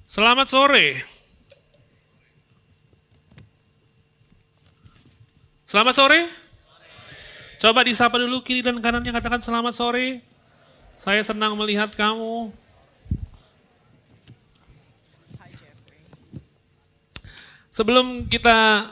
Selamat sore. Selamat sore. Coba disapa dulu kiri dan kanannya, katakan selamat sore. Saya senang melihat kamu. Sebelum kita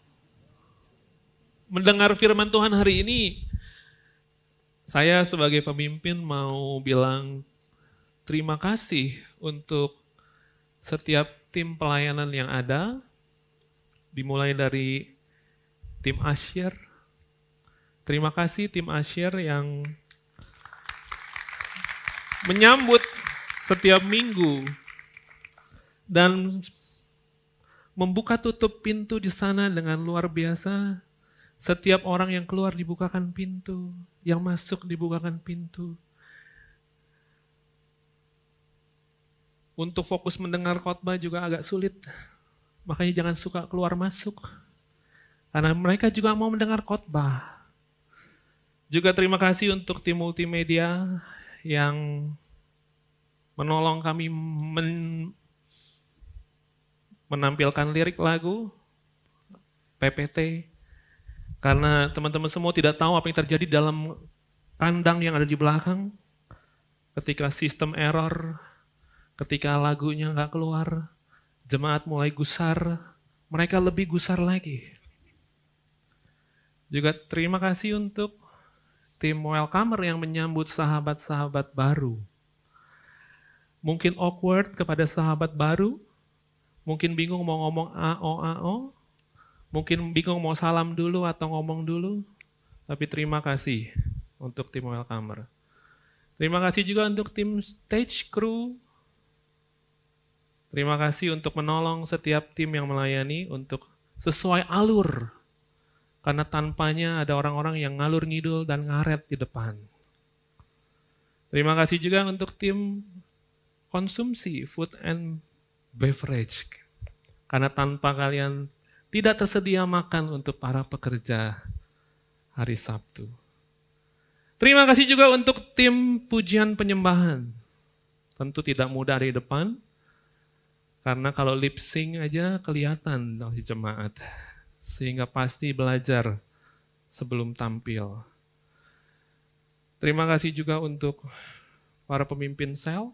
mendengar firman Tuhan hari ini, saya sebagai pemimpin mau bilang terima kasih untuk setiap tim pelayanan yang ada, dimulai dari tim Asyir. Terima kasih tim Asyir yang menyambut setiap minggu dan membuka tutup pintu di sana dengan luar biasa. Setiap orang yang keluar dibukakan pintu, yang masuk dibukakan pintu. Untuk fokus mendengar khotbah juga agak sulit, makanya jangan suka keluar masuk. Karena mereka juga mau mendengar khotbah. Juga terima kasih untuk tim multimedia yang menolong kami menampilkan lirik lagu PPT. Karena teman-teman semua tidak tahu apa yang terjadi dalam kandang yang ada di belakang. Ketika sistem error, ketika lagunya nggak keluar, jemaat mulai gusar, mereka lebih gusar lagi. Juga terima kasih untuk tim welcomer yang menyambut sahabat-sahabat baru. Mungkin awkward kepada sahabat baru, mungkin bingung mau ngomong AO, mungkin bingung mau salam dulu atau ngomong dulu, tapi terima kasih untuk tim welcomer. Terima kasih juga untuk tim stage crew. Terima kasih untuk menolong setiap tim yang melayani untuk sesuai alur. Karena tanpanya ada orang-orang yang ngalur ngidul dan ngaret di depan. Terima kasih juga untuk tim konsumsi, food and beverage. Karena tanpa kalian tidak tersedia makan untuk para pekerja hari Sabtu. Terima kasih juga untuk tim pujian penyembahan. Tentu tidak mudah di depan, karena kalau lip sync aja kelihatan dari jemaat. Sehingga pasti belajar sebelum tampil. Terima kasih juga untuk para pemimpin sel.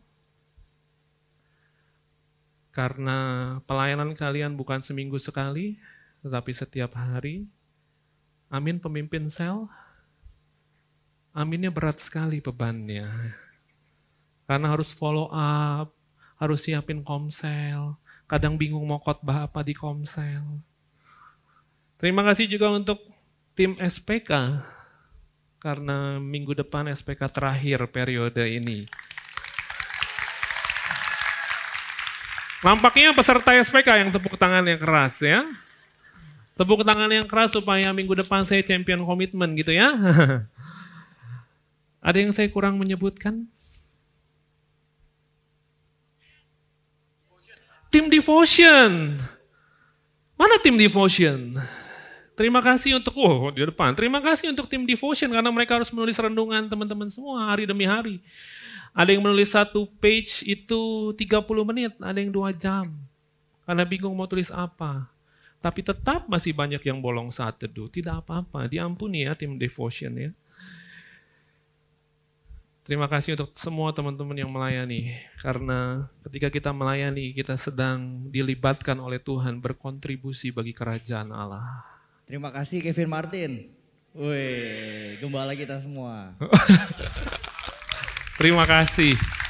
Karena pelayanan kalian bukan seminggu sekali, tetapi setiap hari. Amin pemimpin sel. Aminnya berat sekali bebannya. Karena harus follow up, harus siapin komsel. Kadang bingung mau khotbah apa di komsel. Terima kasih juga untuk tim SPK. Karena minggu depan SPK terakhir periode ini. Nampaknya peserta SPK yang tepuk tangan yang keras ya. Tepuk tangan yang keras supaya minggu depan saya champion komitmen gitu ya. Ada yang saya kurang menyebutkan? Tim devotion. Mana tim devotion? Terima kasih untuk, di depan. Terima kasih untuk tim devotion karena mereka harus menulis renungan teman-teman semua hari demi hari. Ada yang menulis satu page itu 30 menit, ada yang 2 jam. Karena bingung mau tulis apa. Tapi tetap masih banyak yang bolong saat teduh. Tidak apa-apa, diampuni ya tim devotion ya. Terima kasih untuk semua teman-teman yang melayani. Karena ketika kita melayani, kita sedang dilibatkan oleh Tuhan berkontribusi bagi kerajaan Allah. Terima kasih Kevin Martin. Wih, gembala kita semua. Terima kasih.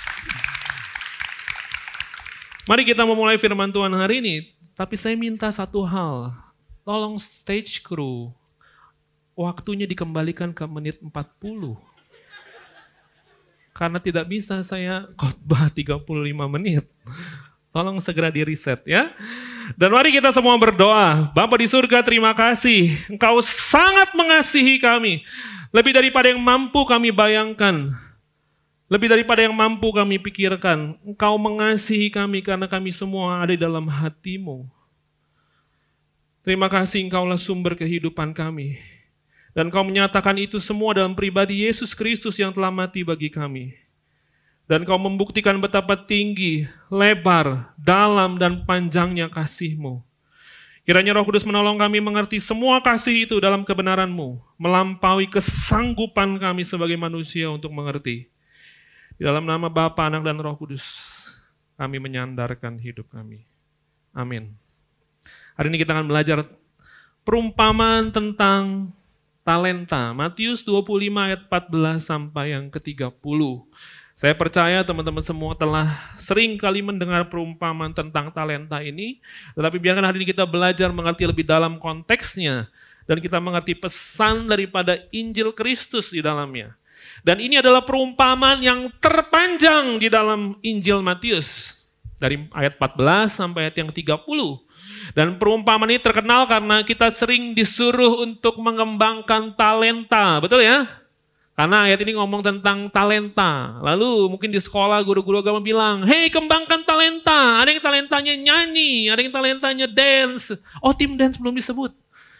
Mari kita memulai firman Tuhan hari ini. Tapi saya minta satu hal. Tolong stage crew. Waktunya dikembalikan ke menit 40. Karena tidak bisa saya khotbah 35 menit. Tolong segera di reset ya. Dan mari kita semua berdoa. Bapa di surga, terima kasih. Engkau sangat mengasihi kami. Lebih daripada yang mampu kami bayangkan. Lebih daripada yang mampu kami pikirkan. Engkau mengasihi kami karena kami semua ada di dalam hati-Mu. Terima kasih Engkaulah sumber kehidupan kami. Dan Engkau menyatakan itu semua dalam pribadi Yesus Kristus yang telah mati bagi kami. Dan Kau membuktikan betapa tinggi, lebar, dalam dan panjangnya kasih-Mu. Kiranya Roh Kudus menolong kami mengerti semua kasih itu dalam kebenaran-Mu, melampaui kesanggupan kami sebagai manusia untuk mengerti. Di dalam nama Bapa, Anak, dan Roh Kudus, kami menyandarkan hidup kami. Amin. Hari ini kita akan belajar perumpamaan tentang talenta. Matius 25 ayat 14 sampai yang ke-30. Saya percaya teman-teman semua telah sering kali mendengar perumpamaan tentang talenta ini, tetapi biarkan hari ini kita belajar mengerti lebih dalam konteksnya, dan kita mengerti pesan daripada Injil Kristus di dalamnya. Dan ini adalah perumpamaan yang terpanjang di dalam Injil Matius, dari ayat 14 sampai ayat yang 30. Dan perumpamaan ini terkenal karena kita sering disuruh untuk mengembangkan talenta, betul ya? Karena ayat ini ngomong tentang talenta. Lalu mungkin di sekolah guru-guru agama bilang, hey kembangkan talenta. Ada yang talentanya nyanyi, ada yang talentanya dance. Oh tim dance belum disebut.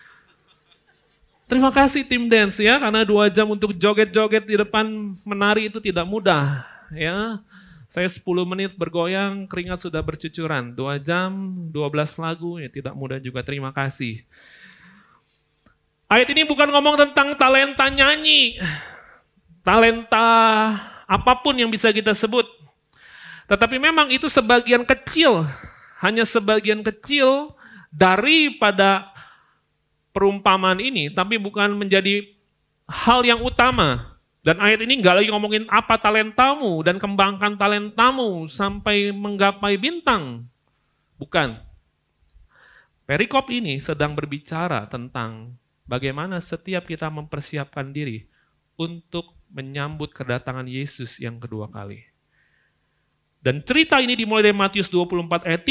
Terima kasih tim dance ya, karena 2 jam untuk joget-joget di depan menari itu tidak mudah. Ya, saya 10 menit bergoyang, keringat sudah bercucuran. 2 jam, 12 lagu, ya tidak mudah juga. Terima kasih. Ayat ini bukan ngomong tentang talenta nyanyi. Talenta apapun yang bisa kita sebut. Tetapi memang itu sebagian kecil, hanya sebagian kecil daripada perumpamaan ini, tapi bukan menjadi hal yang utama. Dan ayat ini nggak lagi ngomongin apa talentamu dan kembangkan talentamu sampai menggapai bintang. Bukan. Perikop ini sedang berbicara tentang bagaimana setiap kita mempersiapkan diri untuk menyambut kedatangan Yesus yang kedua kali. Dan cerita ini dimulai dari Matius 24 ayat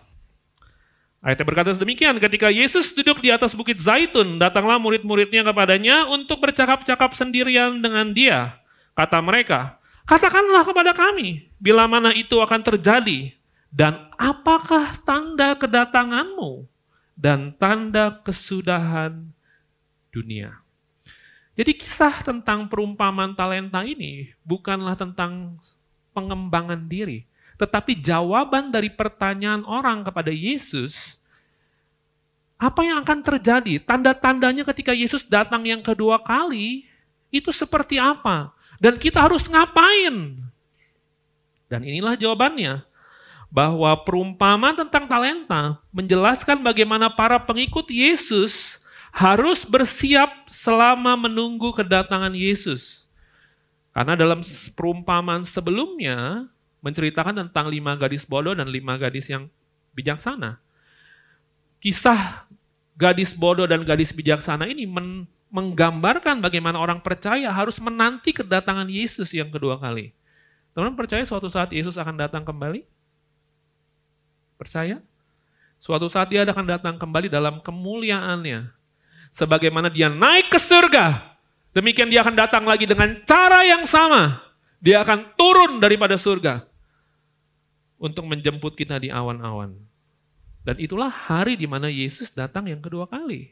3. Ayatnya berkata demikian, ketika Yesus duduk di atas bukit Zaitun, datanglah murid-muridnya kepadanya untuk bercakap-cakap sendirian dengan dia. Kata mereka, katakanlah kepada kami, bila mana itu akan terjadi, dan apakah tanda kedatanganmu, dan tanda kesudahan dunia. Jadi kisah tentang perumpamaan talenta ini bukanlah tentang pengembangan diri, tetapi jawaban dari pertanyaan orang kepada Yesus, apa yang akan terjadi? Tanda-tandanya ketika Yesus datang yang kedua kali, itu seperti apa? Dan kita harus ngapain? Dan inilah jawabannya, bahwa perumpamaan tentang talenta menjelaskan bagaimana para pengikut Yesus harus bersiap selama menunggu kedatangan Yesus. Karena dalam perumpamaan sebelumnya menceritakan tentang 5 gadis bodoh dan 5 gadis yang bijaksana. Kisah gadis bodoh dan gadis bijaksana ini menggambarkan bagaimana orang percaya harus menanti kedatangan Yesus yang kedua kali. Teman-teman percaya suatu saat Yesus akan datang kembali? Percaya? Suatu saat dia akan datang kembali dalam kemuliaannya. Sebagaimana dia naik ke surga, demikian dia akan datang lagi dengan cara yang sama. Dia akan turun daripada surga untuk menjemput kita di awan-awan. Dan itulah hari di mana Yesus datang yang kedua kali.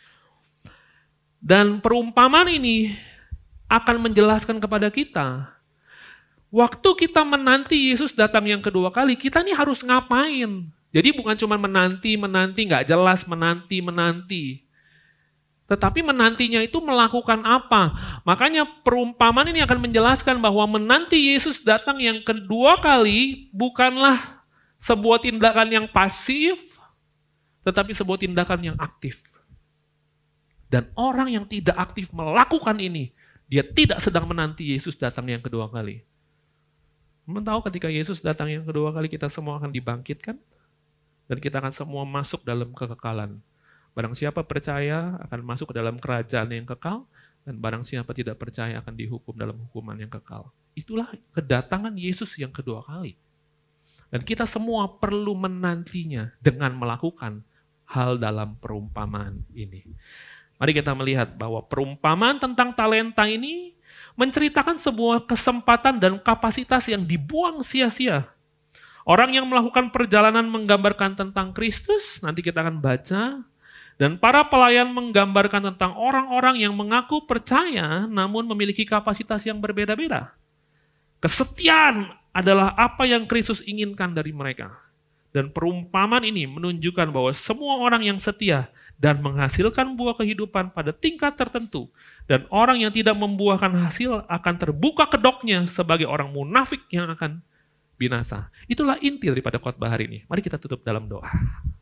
Dan perumpamaan ini akan menjelaskan kepada kita, waktu kita menanti Yesus datang yang kedua kali, kita nih harus ngapain? Jadi bukan cuma menanti, nggak jelas menanti. Tetapi menantinya itu melakukan apa? Makanya perumpamaan ini akan menjelaskan bahwa menanti Yesus datang yang kedua kali bukanlah sebuah tindakan yang pasif, tetapi sebuah tindakan yang aktif. Dan orang yang tidak aktif melakukan ini, dia tidak sedang menanti Yesus datang yang kedua kali. Teman tahu ketika Yesus datang yang kedua kali kita semua akan dibangkitkan, dan kita akan semua masuk dalam kekekalan. Barang siapa percaya akan masuk ke dalam kerajaan yang kekal, dan barang siapa tidak percaya akan dihukum dalam hukuman yang kekal. Itulah kedatangan Yesus yang kedua kali. Dan kita semua perlu menantinya dengan melakukan hal dalam perumpamaan ini. Mari kita melihat bahwa perumpamaan tentang talenta ini menceritakan sebuah kesempatan dan kapasitas yang dibuang sia-sia. Orang yang melakukan perjalanan menggambarkan tentang Kristus, nanti kita akan baca. Dan para pelayan menggambarkan tentang orang-orang yang mengaku percaya namun memiliki kapasitas yang berbeda-beda. Kesetiaan adalah apa yang Kristus inginkan dari mereka. Dan perumpamaan ini menunjukkan bahwa semua orang yang setia dan menghasilkan buah kehidupan pada tingkat tertentu, dan orang yang tidak membuahkan hasil akan terbuka kedoknya sebagai orang munafik yang akan binasa. Itulah inti daripada khotbah hari ini. Mari kita tutup dalam doa.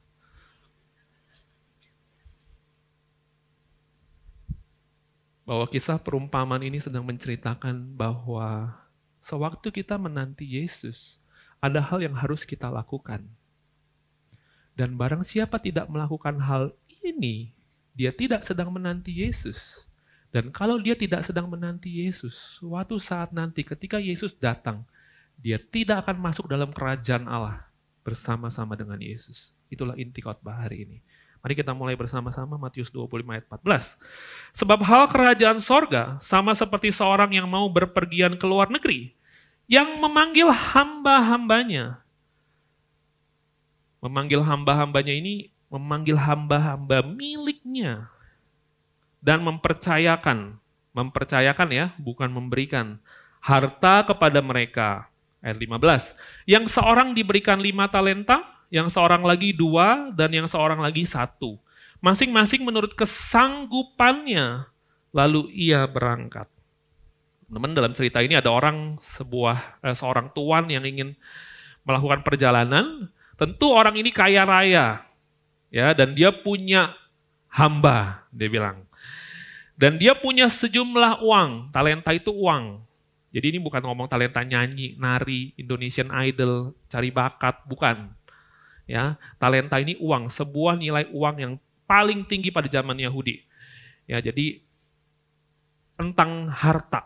Bahwa kisah perumpamaan ini sedang menceritakan bahwa sewaktu kita menanti Yesus, ada hal yang harus kita lakukan. Dan barang siapa tidak melakukan hal ini, dia tidak sedang menanti Yesus. Dan kalau dia tidak sedang menanti Yesus, suatu saat nanti ketika Yesus datang, dia tidak akan masuk dalam kerajaan Allah bersama-sama dengan Yesus. Itulah inti khotbah hari ini. Mari kita mulai bersama-sama Matius 25 ayat 14. Sebab hal kerajaan sorga sama seperti seorang yang mau berpergian ke luar negeri, yang memanggil hamba-hambanya. Memanggil hamba-hambanya ini, memanggil hamba-hamba miliknya. Dan mempercayakan ya, bukan memberikan, harta kepada mereka. Ayat 15, yang seorang diberikan 5 talenta, yang seorang lagi 2, dan yang seorang lagi 1. Masing-masing menurut kesanggupannya, lalu ia berangkat. Teman, dalam cerita ini ada seorang tuan yang ingin melakukan perjalanan. Tentu orang ini kaya raya, ya, dan dia punya hamba, dia bilang. Dan dia punya sejumlah uang, talenta itu uang. Jadi ini bukan ngomong talenta nyanyi, nari, Indonesian Idol, cari bakat, bukan. Ya, talenta ini uang, sebuah nilai uang yang paling tinggi pada zaman Yahudi. Ya, jadi tentang harta.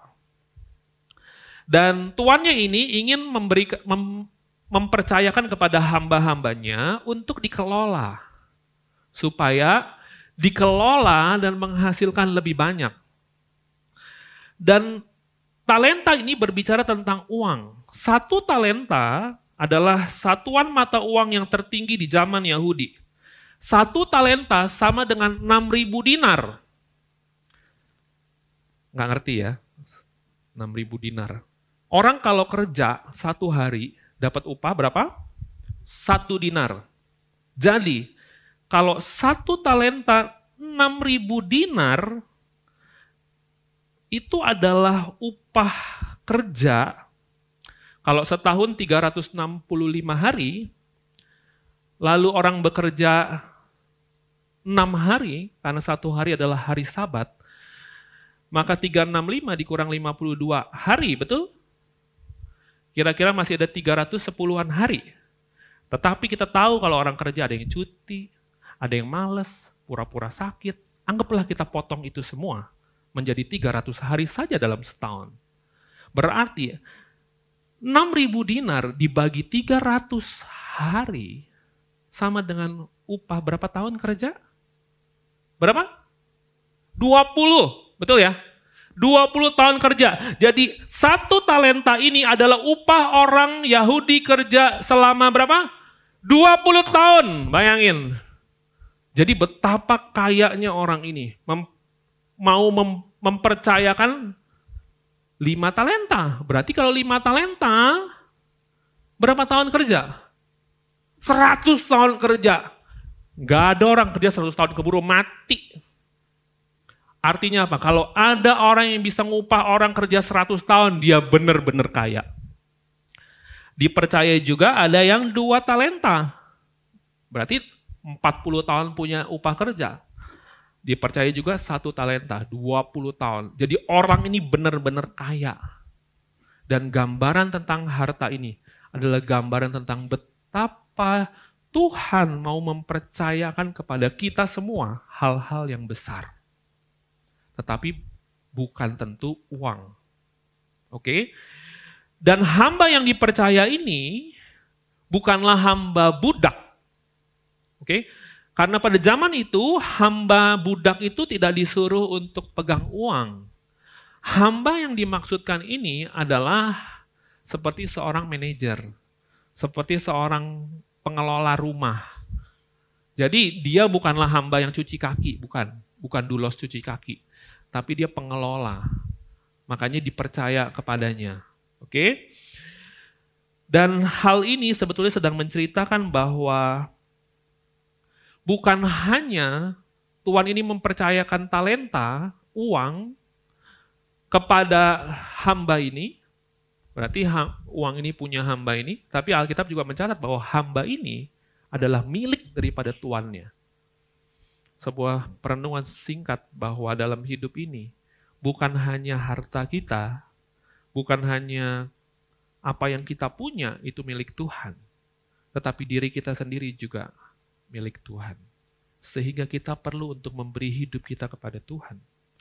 Dan tuannya ini ingin mempercayakan kepada hamba-hambanya untuk dikelola. Supaya dikelola dan menghasilkan lebih banyak. Dan talenta ini berbicara tentang uang. 1 talenta adalah satuan mata uang yang tertinggi di zaman Yahudi. 1 talenta sama dengan 6.000 dinar. Nggak ngerti ya, 6.000 dinar. Orang kalau kerja 1 hari dapat upah berapa? 1 dinar. Jadi, kalau 1 talenta 6.000 dinar, itu adalah upah kerja. Kalau setahun 365 hari, lalu orang bekerja 6 hari, karena 1 hari adalah hari Sabat, maka 365 dikurang 52 hari, betul? Kira-kira masih ada 310-an hari. Tetapi kita tahu kalau orang kerja ada yang cuti, ada yang malas, pura-pura sakit. Anggaplah kita potong itu semua menjadi 300 hari saja dalam setahun. Berarti 6.000 dinar dibagi 300 hari sama dengan upah berapa tahun kerja? Berapa? 20, betul ya? 20 tahun kerja. Jadi 1 talenta ini adalah upah orang Yahudi kerja selama berapa? 20 tahun, bayangin. Jadi betapa kayanya orang ini mau mempercayakan 5 talenta. Berarti kalau 5 talenta, berapa tahun kerja? 100 tahun kerja. Gak ada orang kerja 100 tahun keburu mati. Artinya apa? Kalau ada orang yang bisa ngupah orang kerja 100 tahun, dia benar-benar kaya. Dipercaya juga ada yang 2 talenta. Berarti 40 tahun punya upah kerja. Dipercaya juga 1 talenta, 20 tahun. Jadi orang ini benar-benar kaya. Dan gambaran tentang harta ini adalah gambaran tentang betapa Tuhan mau mempercayakan kepada kita semua hal-hal yang besar. Tetapi bukan tentu uang. Oke? Dan hamba yang dipercaya ini bukanlah hamba budak. Oke? Karena pada zaman itu hamba budak itu tidak disuruh untuk pegang uang. Hamba yang dimaksudkan ini adalah seperti seorang manajer, seperti seorang pengelola rumah. Jadi dia bukanlah hamba yang cuci kaki, bukan dulos cuci kaki. Tapi dia pengelola, makanya dipercaya kepadanya. Oke? Dan hal ini sebetulnya sedang menceritakan bahwa bukan hanya Tuhan ini mempercayakan talenta, uang kepada hamba ini, berarti uang ini punya hamba ini, tapi Alkitab juga mencatat bahwa hamba ini adalah milik daripada tuannya. Sebuah perenungan singkat bahwa dalam hidup ini, bukan hanya harta kita, bukan hanya apa yang kita punya itu milik Tuhan, tetapi diri kita sendiri juga milik Tuhan. Sehingga kita perlu untuk memberi hidup kita kepada Tuhan.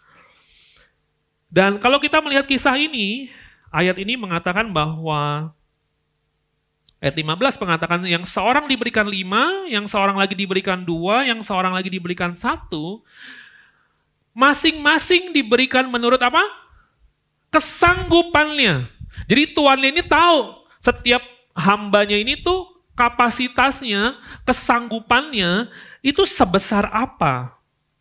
Dan kalau kita melihat kisah ini, ayat ini mengatakan bahwa ayat 15 mengatakan yang seorang diberikan 5, yang seorang lagi diberikan 2, yang seorang lagi diberikan 1. Masing-masing diberikan menurut apa? Kesanggupannya. Jadi tuannya ini tahu setiap hambanya ini tuh kapasitasnya, kesanggupannya itu sebesar apa.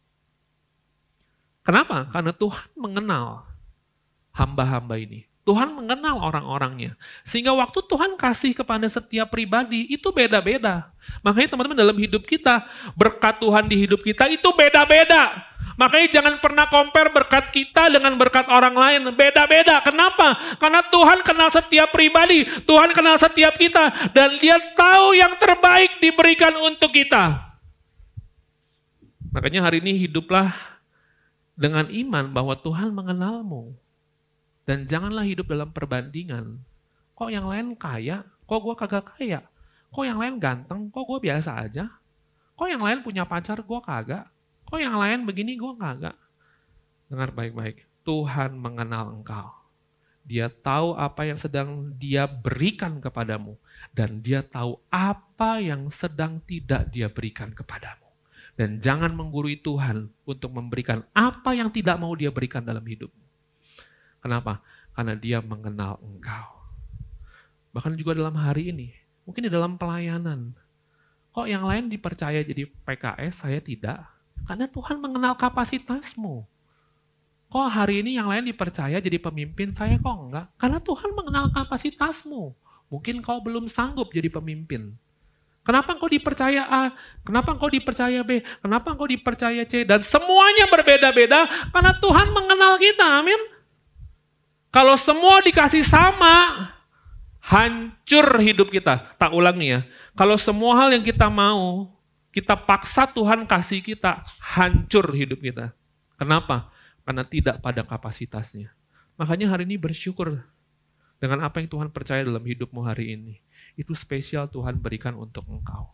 Kenapa? Karena Tuhan mengenal hamba-hamba ini. Tuhan mengenal orang-orangnya. Sehingga waktu Tuhan kasih kepada setiap pribadi, itu beda-beda. Makanya teman-teman dalam hidup kita, berkat Tuhan di hidup kita itu beda-beda. Makanya jangan pernah compare berkat kita dengan berkat orang lain. Beda-beda. Kenapa? Karena Tuhan kenal setiap pribadi. Tuhan kenal setiap kita. Dan Dia tahu yang terbaik diberikan untuk kita. Makanya hari ini hiduplah dengan iman bahwa Tuhan mengenalmu. Dan janganlah hidup dalam perbandingan. Kok yang lain kaya? Kok gue kagak kaya? Kok yang lain ganteng? Kok gue biasa aja? Kok yang lain punya pacar? Gue kagak. Kok yang lain begini? Gue kagak. Dengar baik-baik. Tuhan mengenal engkau. Dia tahu apa yang sedang Dia berikan kepadamu. Dan Dia tahu apa yang sedang tidak Dia berikan kepadamu. Dan jangan menggurui Tuhan untuk memberikan apa yang tidak mau Dia berikan dalam hidupmu. Kenapa? Karena Dia mengenal engkau. Bahkan juga dalam hari ini, mungkin di dalam pelayanan. Kok yang lain dipercaya jadi PKS, saya tidak? Karena Tuhan mengenal kapasitasmu. Kok hari ini yang lain dipercaya jadi pemimpin, saya kok enggak? Karena Tuhan mengenal kapasitasmu. Mungkin kau belum sanggup jadi pemimpin. Kenapa engkau dipercaya A? Kenapa engkau dipercaya B? Kenapa engkau dipercaya C? Dan semuanya berbeda-beda karena Tuhan mengenal kita, amin. Kalau semua dikasih sama, hancur hidup kita. Tak ulang nih ya. Kalau semua hal yang kita mau, kita paksa Tuhan kasih kita, hancur hidup kita. Kenapa? Karena tidak pada kapasitasnya. Makanya hari ini bersyukur dengan apa yang Tuhan percaya dalam hidupmu hari ini. Itu spesial Tuhan berikan untuk engkau.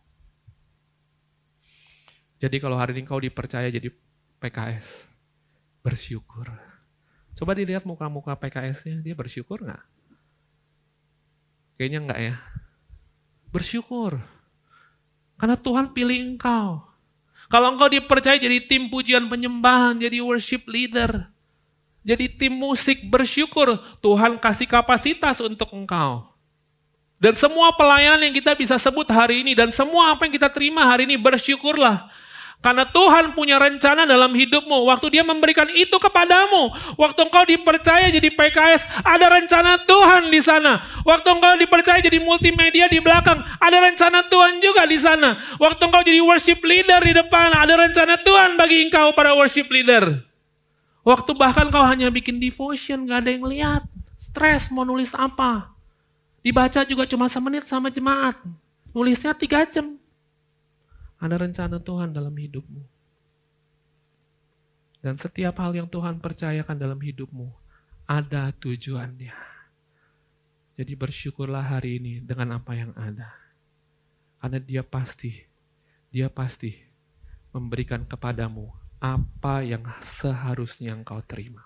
Jadi kalau hari ini engkau dipercaya jadi PKS, bersyukur. Coba dilihat muka-muka PKS-nya, dia bersyukur nggak? Kayaknya enggak ya. Bersyukur. Karena Tuhan pilih engkau. Kalau engkau dipercaya jadi tim pujian penyembahan, jadi worship leader, jadi tim musik, bersyukur. Tuhan kasih kapasitas untuk engkau. Dan semua pelayanan yang kita bisa sebut hari ini, dan semua apa yang kita terima hari ini, bersyukurlah. Karena Tuhan punya rencana dalam hidupmu. Waktu Dia memberikan itu kepadamu. Waktu engkau dipercaya jadi PKS, ada rencana Tuhan di sana. Waktu engkau dipercaya jadi multimedia di belakang, ada rencana Tuhan juga di sana. Waktu engkau jadi worship leader di depan, ada rencana Tuhan bagi engkau para worship leader. Waktu bahkan kau hanya bikin devotion, gak ada yang lihat. Stres mau nulis apa. Dibaca juga cuma semenit sama jemaat. Nulisnya 3 jam. Ada rencana Tuhan dalam hidupmu. Dan setiap hal yang Tuhan percayakan dalam hidupmu, ada tujuannya. Jadi bersyukurlah hari ini dengan apa yang ada. Karena Dia pasti memberikan kepadamu apa yang seharusnya engkau terima.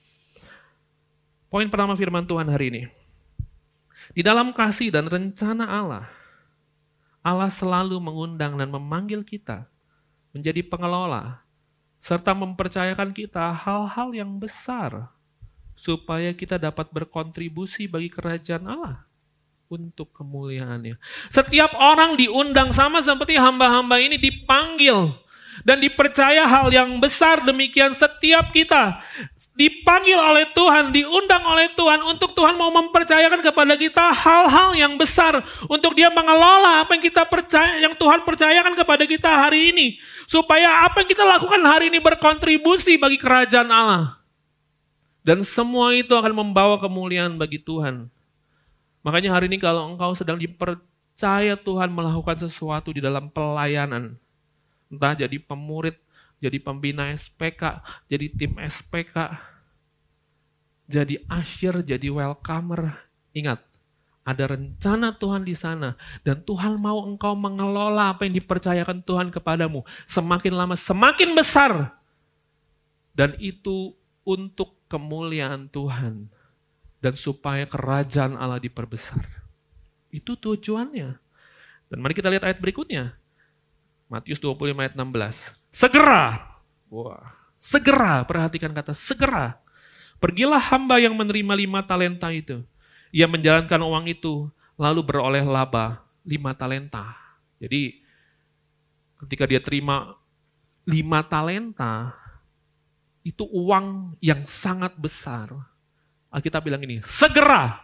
Poin pertama firman Tuhan hari ini. Di dalam kasih dan rencana Allah, Allah selalu mengundang dan memanggil kita menjadi pengelola, serta mempercayakan kita hal-hal yang besar, supaya kita dapat berkontribusi bagi kerajaan Allah untuk kemuliaannya. Setiap orang diundang sama seperti hamba-hamba ini dipanggil. Dan dipercaya hal yang besar demikian setiap kita dipanggil oleh Tuhan, diundang oleh Tuhan untuk Tuhan mau mempercayakan kepada kita hal-hal yang besar untuk Dia mengelola apa yang kita percaya, yang Tuhan percayakan kepada kita hari ini, supaya apa yang kita lakukan hari ini berkontribusi bagi kerajaan Allah. Dan semua itu akan membawa kemuliaan bagi Tuhan. Makanya hari ini kalau engkau sedang dipercaya Tuhan melakukan sesuatu di dalam pelayanan, entah jadi pemurid, jadi pembina SPK, jadi tim SPK, jadi usher, jadi welcomer. Ingat, ada rencana Tuhan di sana. Dan Tuhan mau engkau mengelola apa yang dipercayakan Tuhan kepadamu. Semakin lama, semakin besar. Dan itu untuk kemuliaan Tuhan. Dan supaya kerajaan Allah diperbesar. Itu tujuannya. Dan mari kita lihat ayat berikutnya. Matius 25 ayat 16. Segera. Wah, segera, perhatikan kata segera. Pergilah hamba yang menerima 5 talenta itu. Ia menjalankan uang itu, lalu beroleh laba 5 talenta. Jadi ketika dia terima 5 talenta, itu uang yang sangat besar. Alkitab bilang ini, segera.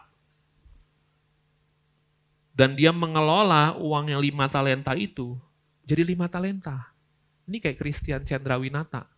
Dan dia mengelola uang yang 5 talenta itu, jadi 5 talenta. Ini kayak Christian Cendrawinata.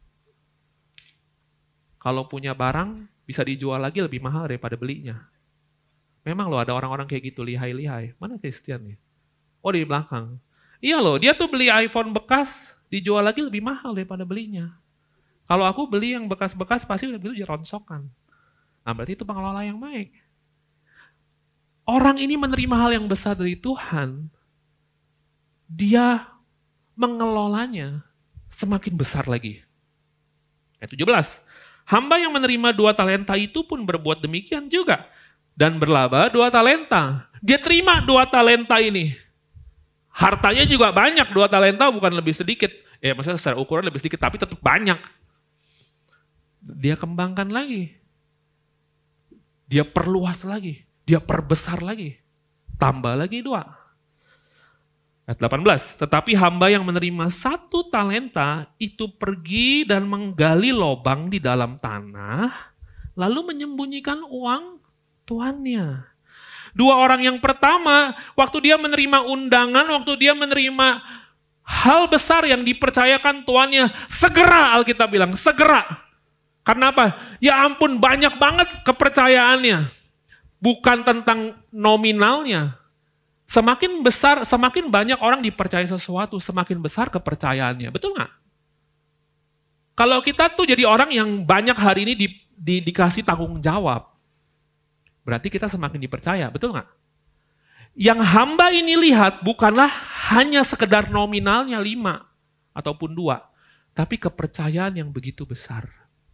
Kalau punya barang, bisa dijual lagi lebih mahal daripada belinya. Memang loh ada orang-orang kayak gitu, lihai-lihai. Mana Christian nih? Oh di belakang. Iya loh, dia tuh beli iPhone bekas, dijual lagi lebih mahal daripada belinya. Kalau aku beli yang bekas-bekas, pasti udah gitu ronsokan. Nah berarti itu pengelola yang baik. Orang ini menerima hal yang besar dari Tuhan, dia mengelolanya semakin besar lagi. Ayat 17. Hamba yang menerima 2 talenta itu pun berbuat demikian juga. Dan berlaba 2 talenta. Dia terima 2 talenta ini. Hartanya juga banyak, 2 talenta bukan lebih sedikit. Ya maksudnya secara ukuran lebih sedikit, tapi tetap banyak. Dia kembangkan lagi. Dia perluas lagi. Dia perbesar lagi. Tambah lagi 2. Ayat 18, tetapi hamba yang menerima 1 talenta itu pergi dan menggali lubang di dalam tanah, lalu menyembunyikan uang tuannya. 2 orang yang pertama, waktu dia menerima undangan, waktu dia menerima hal besar yang dipercayakan tuannya, segera Alkitab bilang, segera. Karena apa? Ya ampun banyak banget kepercayaannya. Bukan tentang nominalnya. Semakin besar, semakin banyak orang dipercaya sesuatu, semakin besar kepercayaannya. Betul nggak? Kalau kita tuh jadi orang yang banyak hari ini dikasih tanggung jawab, berarti kita semakin dipercaya. Betul nggak? Yang hamba ini lihat bukanlah hanya sekedar nominalnya 5 ataupun 2, tapi kepercayaan yang begitu besar.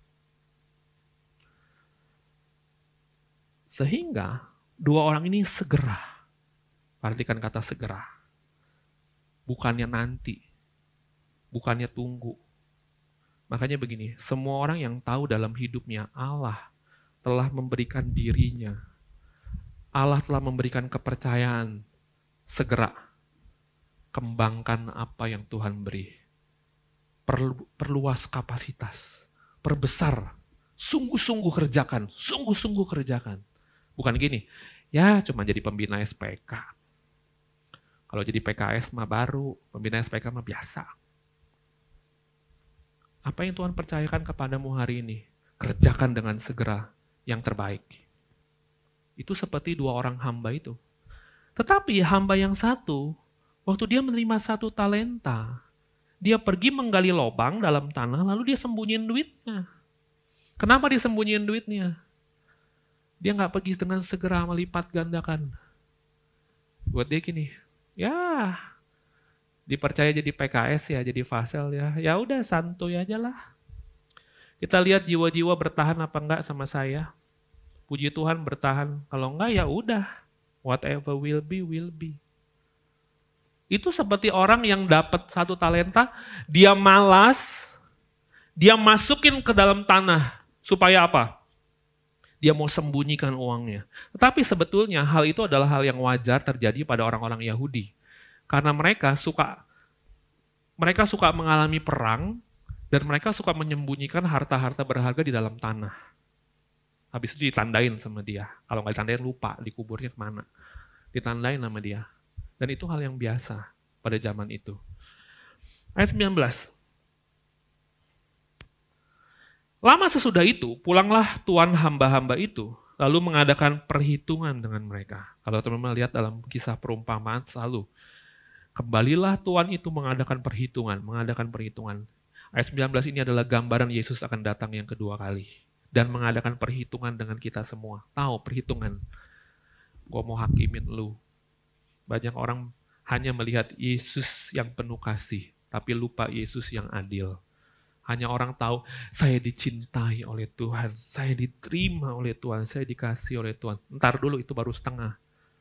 Sehingga 2 orang ini segera. Perhatikan kata segera. Bukannya nanti. Bukannya tunggu. Makanya begini, semua orang yang tahu dalam hidupnya Allah telah memberikan dirinya. Allah telah memberikan kepercayaan. Segera. Kembangkan apa yang Tuhan beri. Perluas kapasitas. Perbesar. Sungguh-sungguh kerjakan. Sungguh-sungguh kerjakan. Bukan gini, ya cuma jadi pembina SPK. Kalau jadi PKS mah baru, pembina SPK mah biasa. Apa yang Tuhan percayakan kepadamu hari ini? Kerjakan dengan segera yang terbaik. Itu seperti 2 orang hamba itu. Tetapi hamba yang satu, waktu dia menerima 1 talenta, dia pergi menggali lubang dalam tanah, lalu dia sembunyiin duitnya. Kenapa dia sembunyiin duitnya? Dia nggak pergi dengan segera melipat gandakan. Buat dia gini, ya dipercaya jadi PKS ya, jadi Fasel ya. Ya udah santuy aja lah. Kita lihat jiwa-jiwa bertahan apa enggak sama saya. Puji Tuhan bertahan. Kalau enggak ya udah. Whatever will be, will be. Itu seperti orang yang dapat 1 talenta, dia malas, dia masukin ke dalam tanah. Supaya apa? Dia mau sembunyikan uangnya. Tetapi sebetulnya hal itu adalah hal yang wajar terjadi pada orang-orang Yahudi. Karena mereka suka mereka suka mengalami perang, dan mereka suka menyembunyikan harta-harta berharga di dalam tanah. Habis itu ditandain sama dia. Kalau nggak ditandain lupa, dikuburnya kemana. Ditandain sama dia. Dan itu hal yang biasa pada zaman itu. Ayat 19. Lama sesudah itu, pulanglah tuan hamba-hamba itu, lalu mengadakan perhitungan dengan mereka. Kalau teman-teman lihat dalam kisah perumpamaan selalu, kembalilah tuan itu mengadakan perhitungan. Ayat 19 ini adalah gambaran Yesus akan datang yang kedua kali. Dan mengadakan perhitungan dengan kita semua. Tahu perhitungan. Gue mau hakimin lu. Banyak orang hanya melihat Yesus yang penuh kasih, tapi lupa Yesus yang adil. Hanya orang tahu, saya dicintai oleh Tuhan, saya diterima oleh Tuhan, saya dikasih oleh Tuhan. Ntar dulu itu baru setengah.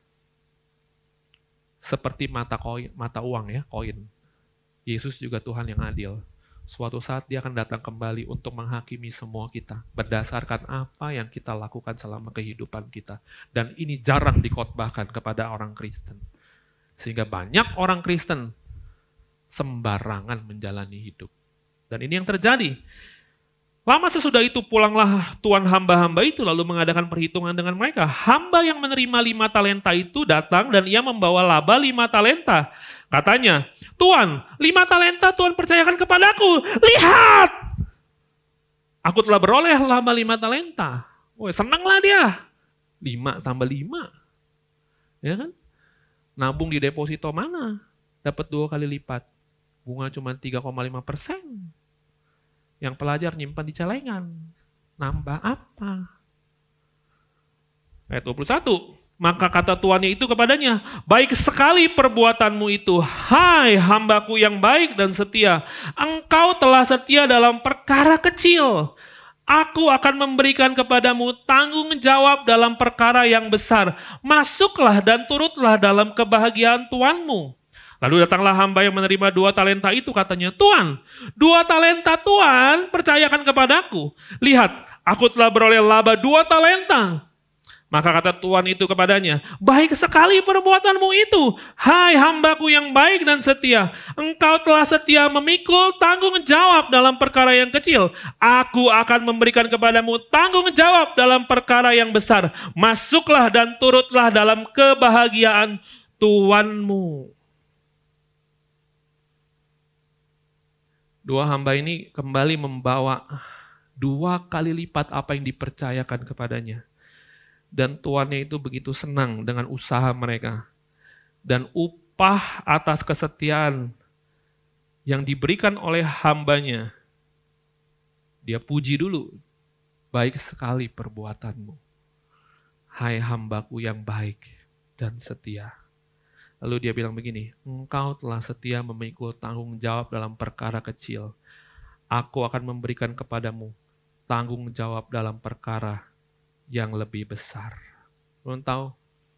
Seperti mata uang ya, koin. Yesus juga Tuhan yang adil. Suatu saat dia akan datang kembali untuk menghakimi semua kita. Berdasarkan apa yang kita lakukan selama kehidupan kita. Dan ini jarang dikhotbahkan kepada orang Kristen. Sehingga banyak orang Kristen sembarangan menjalani hidup. Dan ini yang terjadi. Lama sesudah itu pulanglah tuan hamba-hamba itu lalu mengadakan perhitungan dengan mereka. Hamba yang menerima 5 talenta itu datang dan ia membawa laba 5 talenta. Katanya, Tuan, 5 talenta Tuhan percayakan kepadaku. Lihat! Aku telah beroleh laba 5 talenta. Woi, senanglah dia. 5 tambah 5. Ya kan? Nabung di deposito mana? Dapat 2 kali lipat. Bunga cuma 3,5%. Yang pelajar nyimpan di celengan. Nambah apa? Ayat 21. Maka kata tuannya itu kepadanya, baik sekali perbuatanmu itu, hai hambaku yang baik dan setia. Engkau telah setia dalam perkara kecil. Aku akan memberikan kepadamu tanggung jawab dalam perkara yang besar. Masuklah dan turutlah dalam kebahagiaan tuanmu. Lalu datanglah hamba yang menerima 2 talenta itu, katanya, Tuan, 2 talenta Tuan percayakan kepadaku. Lihat, aku telah beroleh laba 2 talenta. Maka kata Tuan itu kepadanya, baik sekali perbuatanmu itu, hai hambaku yang baik dan setia. Engkau telah setia memikul tanggung jawab dalam perkara yang kecil. Aku akan memberikan kepadamu tanggung jawab dalam perkara yang besar. Masuklah dan turutlah dalam kebahagiaan tuanmu. 2 hamba ini kembali membawa 2 kali lipat apa yang dipercayakan kepadanya. Dan tuannya itu begitu senang dengan usaha mereka. Dan upah atas kesetiaan yang diberikan oleh hambanya, dia puji dulu. Baik sekali perbuatanmu. Hai hambaku yang baik dan setia. Lalu dia bilang begini, engkau telah setia memikul tanggung jawab dalam perkara kecil. Aku akan memberikan kepadamu tanggung jawab dalam perkara yang lebih besar. Belum tahu?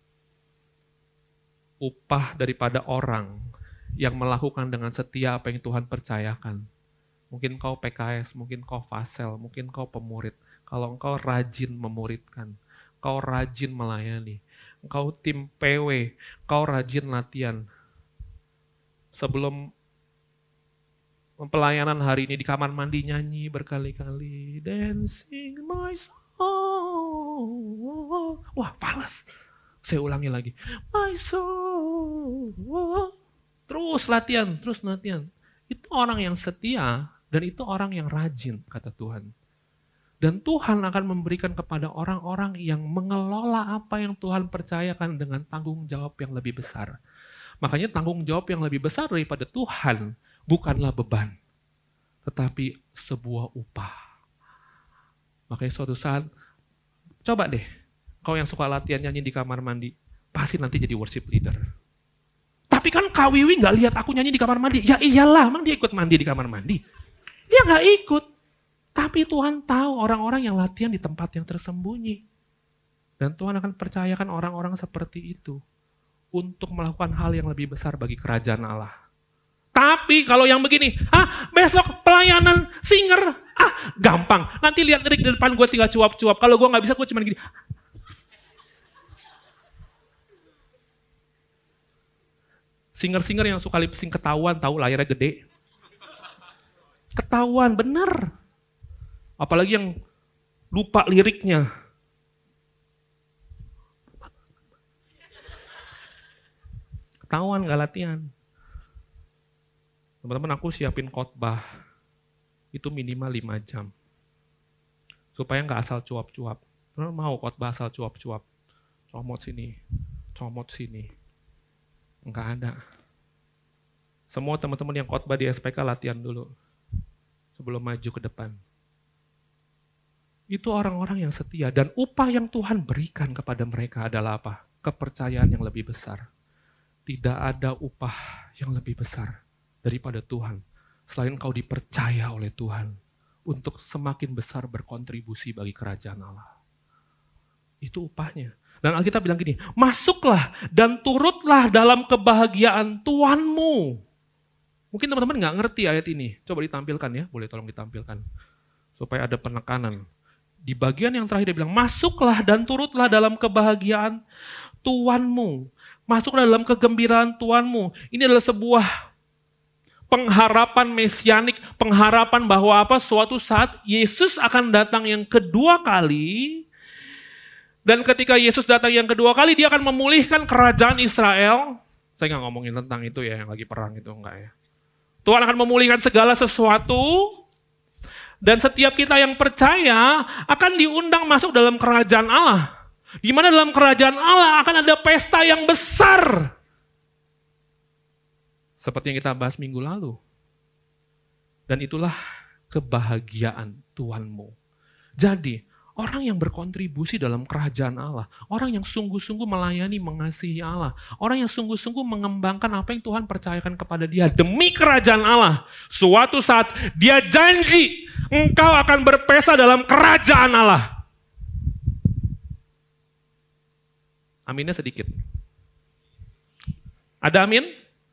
Upah daripada orang yang melakukan dengan setia apa yang Tuhan percayakan. Mungkin kau PKS, mungkin kau Fasel, mungkin kau pemurid. Kalau engkau rajin memuridkan, kau rajin melayani, engkau tim PW, kau rajin latihan. Sebelum pelayanan hari ini di kamar mandi nyanyi berkali-kali. Dancing my soul. Wah, falas. Saya ulangi lagi. My soul. Terus latihan. Itu orang yang setia dan itu orang yang rajin, kata Tuhan. Dan Tuhan akan memberikan kepada orang-orang yang mengelola apa yang Tuhan percayakan dengan tanggung jawab yang lebih besar. Makanya tanggung jawab yang lebih besar daripada Tuhan bukanlah beban, tetapi sebuah upah. Makanya suatu saat, coba deh, kau yang suka latihan nyanyi di kamar mandi, pasti nanti jadi worship leader. Tapi kan Kak Wiwi gak lihat aku nyanyi di kamar mandi. Ya iyalah, emang dia ikut mandi di kamar mandi? Dia gak ikut. Tapi Tuhan tahu orang-orang yang latihan di tempat yang tersembunyi. Dan Tuhan akan percayakan orang-orang seperti itu untuk melakukan hal yang lebih besar bagi kerajaan Allah. Tapi kalau yang begini, besok pelayanan singer, gampang. Nanti lihat lirik di depan gue tinggal cuap-cuap. Kalau gue gak bisa, gue cuma gini. Singer-singer yang suka lip sync ketahuan, tahu layarnya gede. Ketahuan, bener. Apalagi yang lupa liriknya. Ketahuan gak latihan. Teman-teman, aku siapin khotbah itu minimal 5 jam. Supaya gak asal cuap-cuap. Teman mau khotbah asal cuap-cuap. Comot sini. Enggak ada. Semua teman-teman yang khotbah di SPK latihan dulu. Sebelum maju ke depan. Itu orang-orang yang setia. Dan upah yang Tuhan berikan kepada mereka adalah apa? Kepercayaan yang lebih besar. Tidak ada upah yang lebih besar daripada Tuhan. Selain kau dipercaya oleh Tuhan. Untuk semakin besar berkontribusi bagi kerajaan Allah. Itu upahnya. Dan Alkitab bilang gini, masuklah dan turutlah dalam kebahagiaan Tuhanmu. Mungkin teman-teman nggak ngerti ayat ini. Coba ditampilkan ya, boleh tolong ditampilkan. Supaya ada penekanan. Di bagian yang terakhir dia bilang, masuklah dan turutlah dalam kebahagiaan Tuhanmu. Masuklah dalam kegembiraan Tuhanmu. Ini adalah sebuah pengharapan mesianik, pengharapan bahwa apa? Suatu saat Yesus akan datang yang kedua kali. Dan ketika Yesus datang yang kedua kali, dia akan memulihkan kerajaan Israel. Saya nggak ngomongin tentang itu ya, yang lagi perang itu, enggak ya. Tuhan akan memulihkan segala sesuatu. Dan setiap kita yang percaya akan diundang masuk dalam kerajaan Allah. Di mana dalam kerajaan Allah akan ada pesta yang besar. Seperti yang kita bahas minggu lalu. Dan itulah kebahagiaan Tuhanmu. Jadi, orang yang berkontribusi dalam kerajaan Allah, orang yang sungguh-sungguh melayani, mengasihi Allah, orang yang sungguh-sungguh mengembangkan apa yang Tuhan percayakan kepada dia demi kerajaan Allah. Suatu saat dia janji, engkau akan berpesta dalam kerajaan Allah. Aminnya sedikit. Ada amin?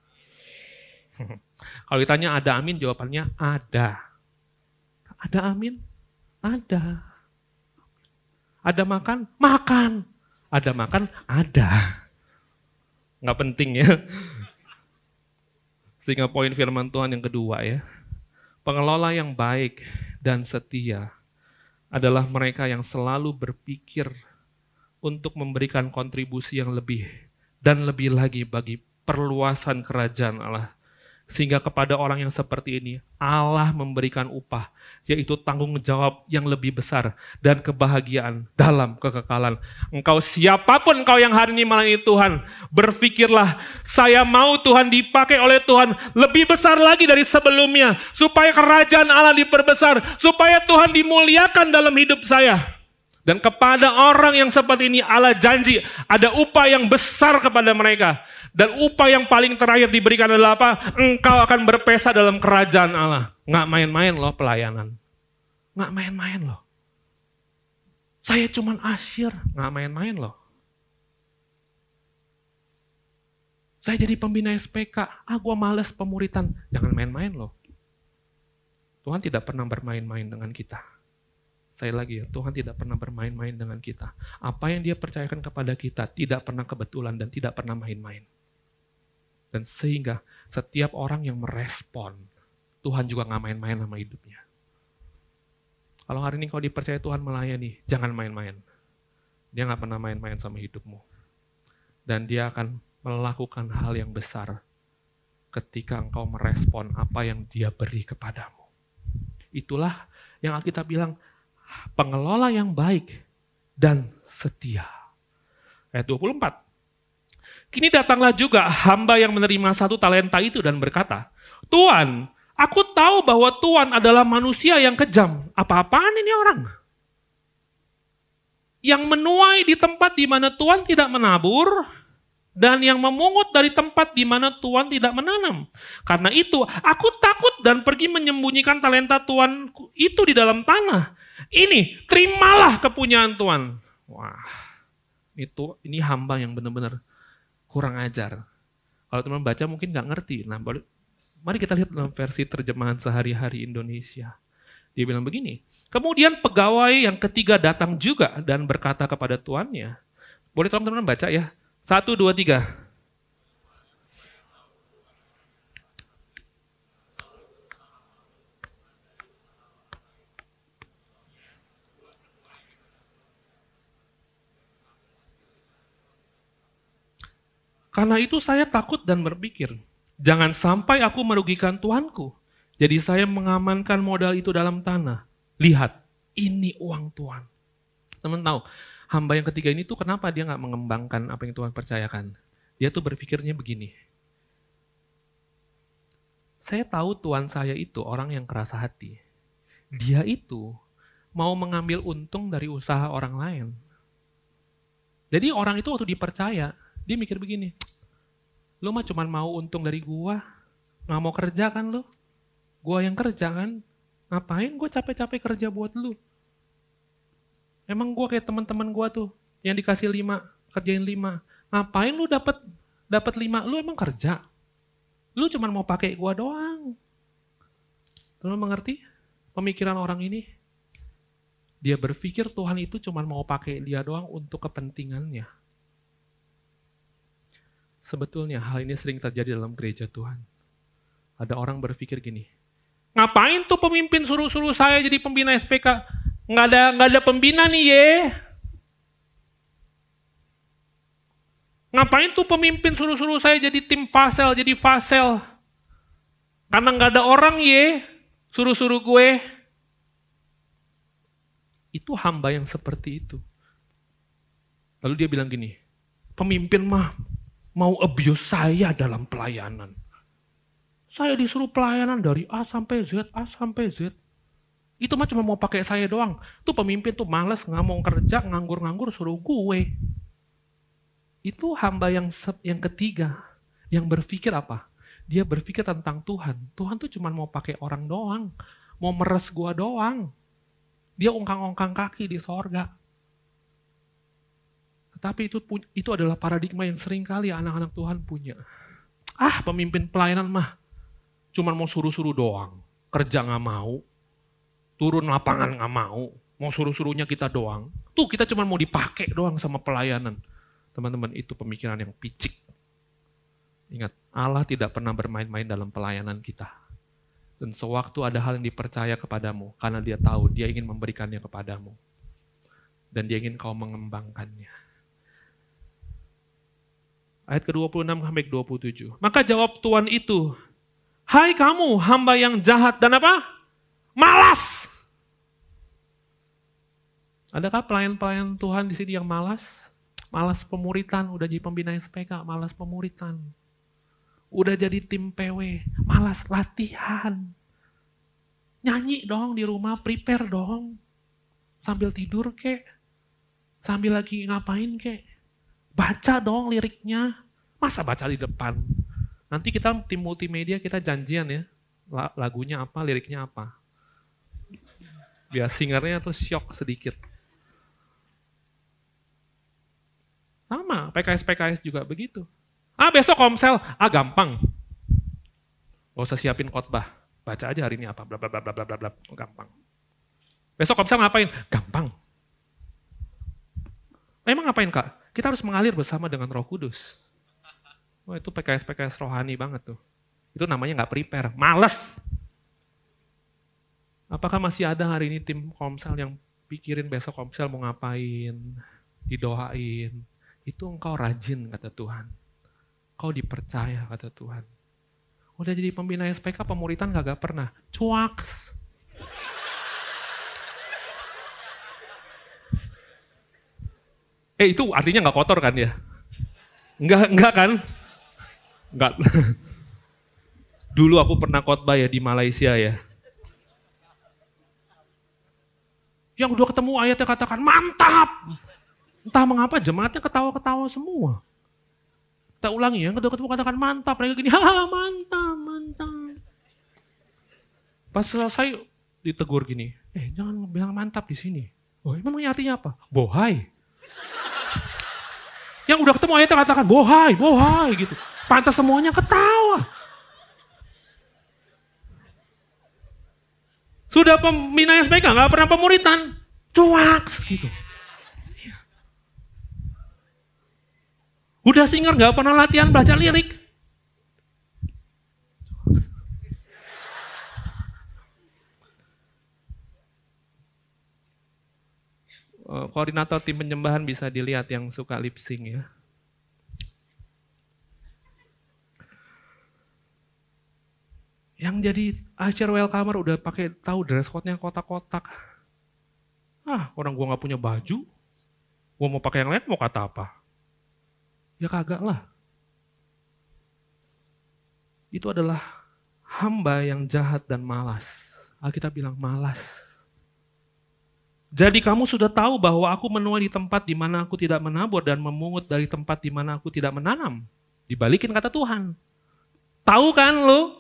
Kalau ditanya ada amin, jawabannya ada. Ada amin? Ada. Ada makan? Makan. Ada makan? Ada. Nggak penting ya. Sehingga poin firman Tuhan yang kedua ya. Pengelola yang baik dan setia adalah mereka yang selalu berpikir untuk memberikan kontribusi yang lebih dan lebih lagi bagi perluasan kerajaan Allah. Sehingga kepada orang yang seperti ini, Allah memberikan upah, yaitu tanggung jawab yang lebih besar dan kebahagiaan dalam kekekalan. Engkau siapapun engkau yang hari ini melayani Tuhan, berpikirlah, saya mau Tuhan dipakai oleh Tuhan lebih besar lagi dari sebelumnya, supaya kerajaan Allah diperbesar, supaya Tuhan dimuliakan dalam hidup saya. Dan kepada orang yang seperti ini Allah janji ada upah yang besar kepada mereka. Dan upah yang paling terakhir diberikan adalah apa? Engkau akan berpesta dalam kerajaan Allah. Nggak main-main loh pelayanan. Nggak main-main loh. Saya cuman asyir. Nggak main-main loh. Saya jadi pembina SPK. Gua males pemuritan. Jangan main-main loh. Tuhan tidak pernah bermain-main dengan kita. Saya lagi ya, Tuhan tidak pernah bermain-main dengan kita. Apa yang dia percayakan kepada kita tidak pernah kebetulan dan tidak pernah main-main. Dan sehingga setiap orang yang merespon, Tuhan juga gak main-main sama hidupnya. Kalau hari ini kau dipercaya Tuhan melayani, jangan main-main. Dia gak pernah main-main sama hidupmu. Dan dia akan melakukan hal yang besar ketika engkau merespon apa yang dia beri kepadamu. Itulah yang Alkitab bilang, pengelola yang baik dan setia. Ayat 24. Kini datanglah juga hamba yang menerima 1 talenta itu dan berkata, Tuhan, aku tahu bahwa Tuhan adalah manusia yang kejam. Apa-apaan ini orang? Yang menuai di tempat di mana Tuhan tidak menabur, dan yang memungut dari tempat di mana Tuhan tidak menanam. Karena itu, aku takut dan pergi menyembunyikan talenta Tuhan itu di dalam tanah. Ini, terimalah kepunyaan Tuhan. Wah, ini hamba yang benar-benar kurang ajar. Kalau teman baca mungkin nggak ngerti. Nah, mari kita lihat dalam versi terjemahan sehari-hari Indonesia. Dia bilang begini, kemudian pegawai yang ketiga datang juga dan berkata kepada tuannya. Boleh tolong teman-teman baca ya. 1, 2, 3. Karena itu saya takut dan berpikir, jangan sampai aku merugikan Tuanku. Jadi saya mengamankan modal itu dalam tanah. Lihat, ini uang Tuhan. Teman tahu, hamba yang ketiga ini tuh kenapa dia nggak mengembangkan apa yang Tuhan percayakan? Dia tuh berpikirnya begini. Saya tahu Tuhan saya itu orang yang keras hati. Dia itu mau mengambil untung dari usaha orang lain. Jadi orang itu waktu dipercaya, dia mikir begini, lu mah cuma mau untung dari gua, nggak mau kerja kan lu? Gua yang kerja kan? Ngapain gua capek-capek kerja buat lu? Emang gua kayak teman-teman gua tuh, yang dikasih 5, kerjain 5. Ngapain lu dapat 5, lu emang kerja? Lu cuma mau pakai gua doang. Lu mengerti pemikiran orang ini? Dia berpikir Tuhan itu cuma mau pakai dia doang untuk kepentingannya. Sebetulnya hal ini sering terjadi dalam gereja Tuhan. Ada orang berpikir gini, ngapain tuh pemimpin suruh-suruh saya jadi pembina SPK? Nggak ada pembina nih ye. Ngapain tuh pemimpin suruh-suruh saya jadi tim fasel, jadi fasel? Karena nggak ada orang ye, suruh-suruh gue. Itu hamba yang seperti itu. Lalu dia bilang gini, pemimpin mah mau abuse saya dalam pelayanan. Saya disuruh pelayanan dari A sampai Z, A sampai Z. Itu mah cuma mau pakai saya doang. Tuh pemimpin tuh males, nggak mau kerja, nganggur-nganggur suruh gue. Itu hamba yang ketiga, yang berpikir apa? Dia berpikir tentang Tuhan. Tuhan tuh cuma mau pakai orang doang, mau meres gua doang. Dia ongkang-ongkang kaki di sorga. Tetapi itu adalah paradigma yang sering kali anak-anak Tuhan punya. Pemimpin pelayanan mah cuma mau suruh-suruh doang. Kerja nggak mau, turun lapangan nggak mau suruh-suruhnya kita doang. Tuh kita cuma mau dipakai doang sama pelayanan. Teman-teman, itu pemikiran yang picik. Ingat, Allah tidak pernah bermain-main dalam pelayanan kita. Dan sewaktu ada hal yang dipercaya kepadamu, karena dia tahu dia ingin memberikannya kepadamu. Dan dia ingin kau mengembangkannya. Ayat ke-26 sampai ke-27. Maka jawab Tuhan itu, hai kamu hamba yang jahat dan apa? Malas. Adakah pelayan-pelayan Tuhan di sini yang malas? Malas pemuritan, udah jadi pembina SPK, malas pemuritan. Udah jadi tim PW, malas latihan. Nyanyi dong di rumah, prepare dong. Sambil tidur kek, sambil lagi ngapain kek. Baca dong liriknya, masa baca di depan. Nanti kita tim multimedia kita janjian ya, lagunya apa, liriknya apa. Biar singernya tuh syok sedikit. Sama, PKS juga begitu. Besok komsel, gampang. Gak usah siapin khotbah, baca aja hari ini apa, bla bla bla bla bla bla, gampang. Besok komsel ngapain? Gampang. Emang ngapain kak? Kita harus mengalir bersama dengan Roh Kudus. Itu PKS rohani banget tuh. Itu namanya nggak prepare, males. Apakah masih ada hari ini tim komsel yang pikirin besok komsel mau ngapain, didoain? Itu engkau rajin kata Tuhan. Kau dipercaya kata Tuhan. Udah jadi pembina SPK pemuritan kagak pernah. Cuaks. Itu artinya nggak kotor kan ya? Enggak kan? Enggak. Dulu aku pernah khotbah ya di Malaysia ya. Yang udah ketemu ayatnya katakan mantap. Entah mengapa jemaatnya ketawa-ketawa semua. Kita ulangi ya, kedua ketemu katakan mantap. Mereka gini, mantap. Pas selesai ditegur gini, jangan bilang mantap di sini. Memangnya artinya apa? Bohai. Yang udah ketemu ayatnya katakan bohai gitu. Pantas semuanya ketawa. Sudah pembina SPK nggak pernah pemuritan, cuaks gitu. Udah singer nggak pernah latihan baca lirik. Koordinator tim penyembahan bisa dilihat yang suka lip sync ya. Yang jadi usher welcomer udah pakai tahu dress code-nya kotak-kotak. Orang gua nggak punya baju, gua mau pakai yang lain mau kata apa? Ya kagak lah. Itu adalah hamba yang jahat dan malas. Alkitab bilang malas. Jadi kamu sudah tahu bahwa aku menuai di tempat di mana aku tidak menabur dan memungut dari tempat di mana aku tidak menanam. Dibalikin kata Tuhan. Tahu kan lo?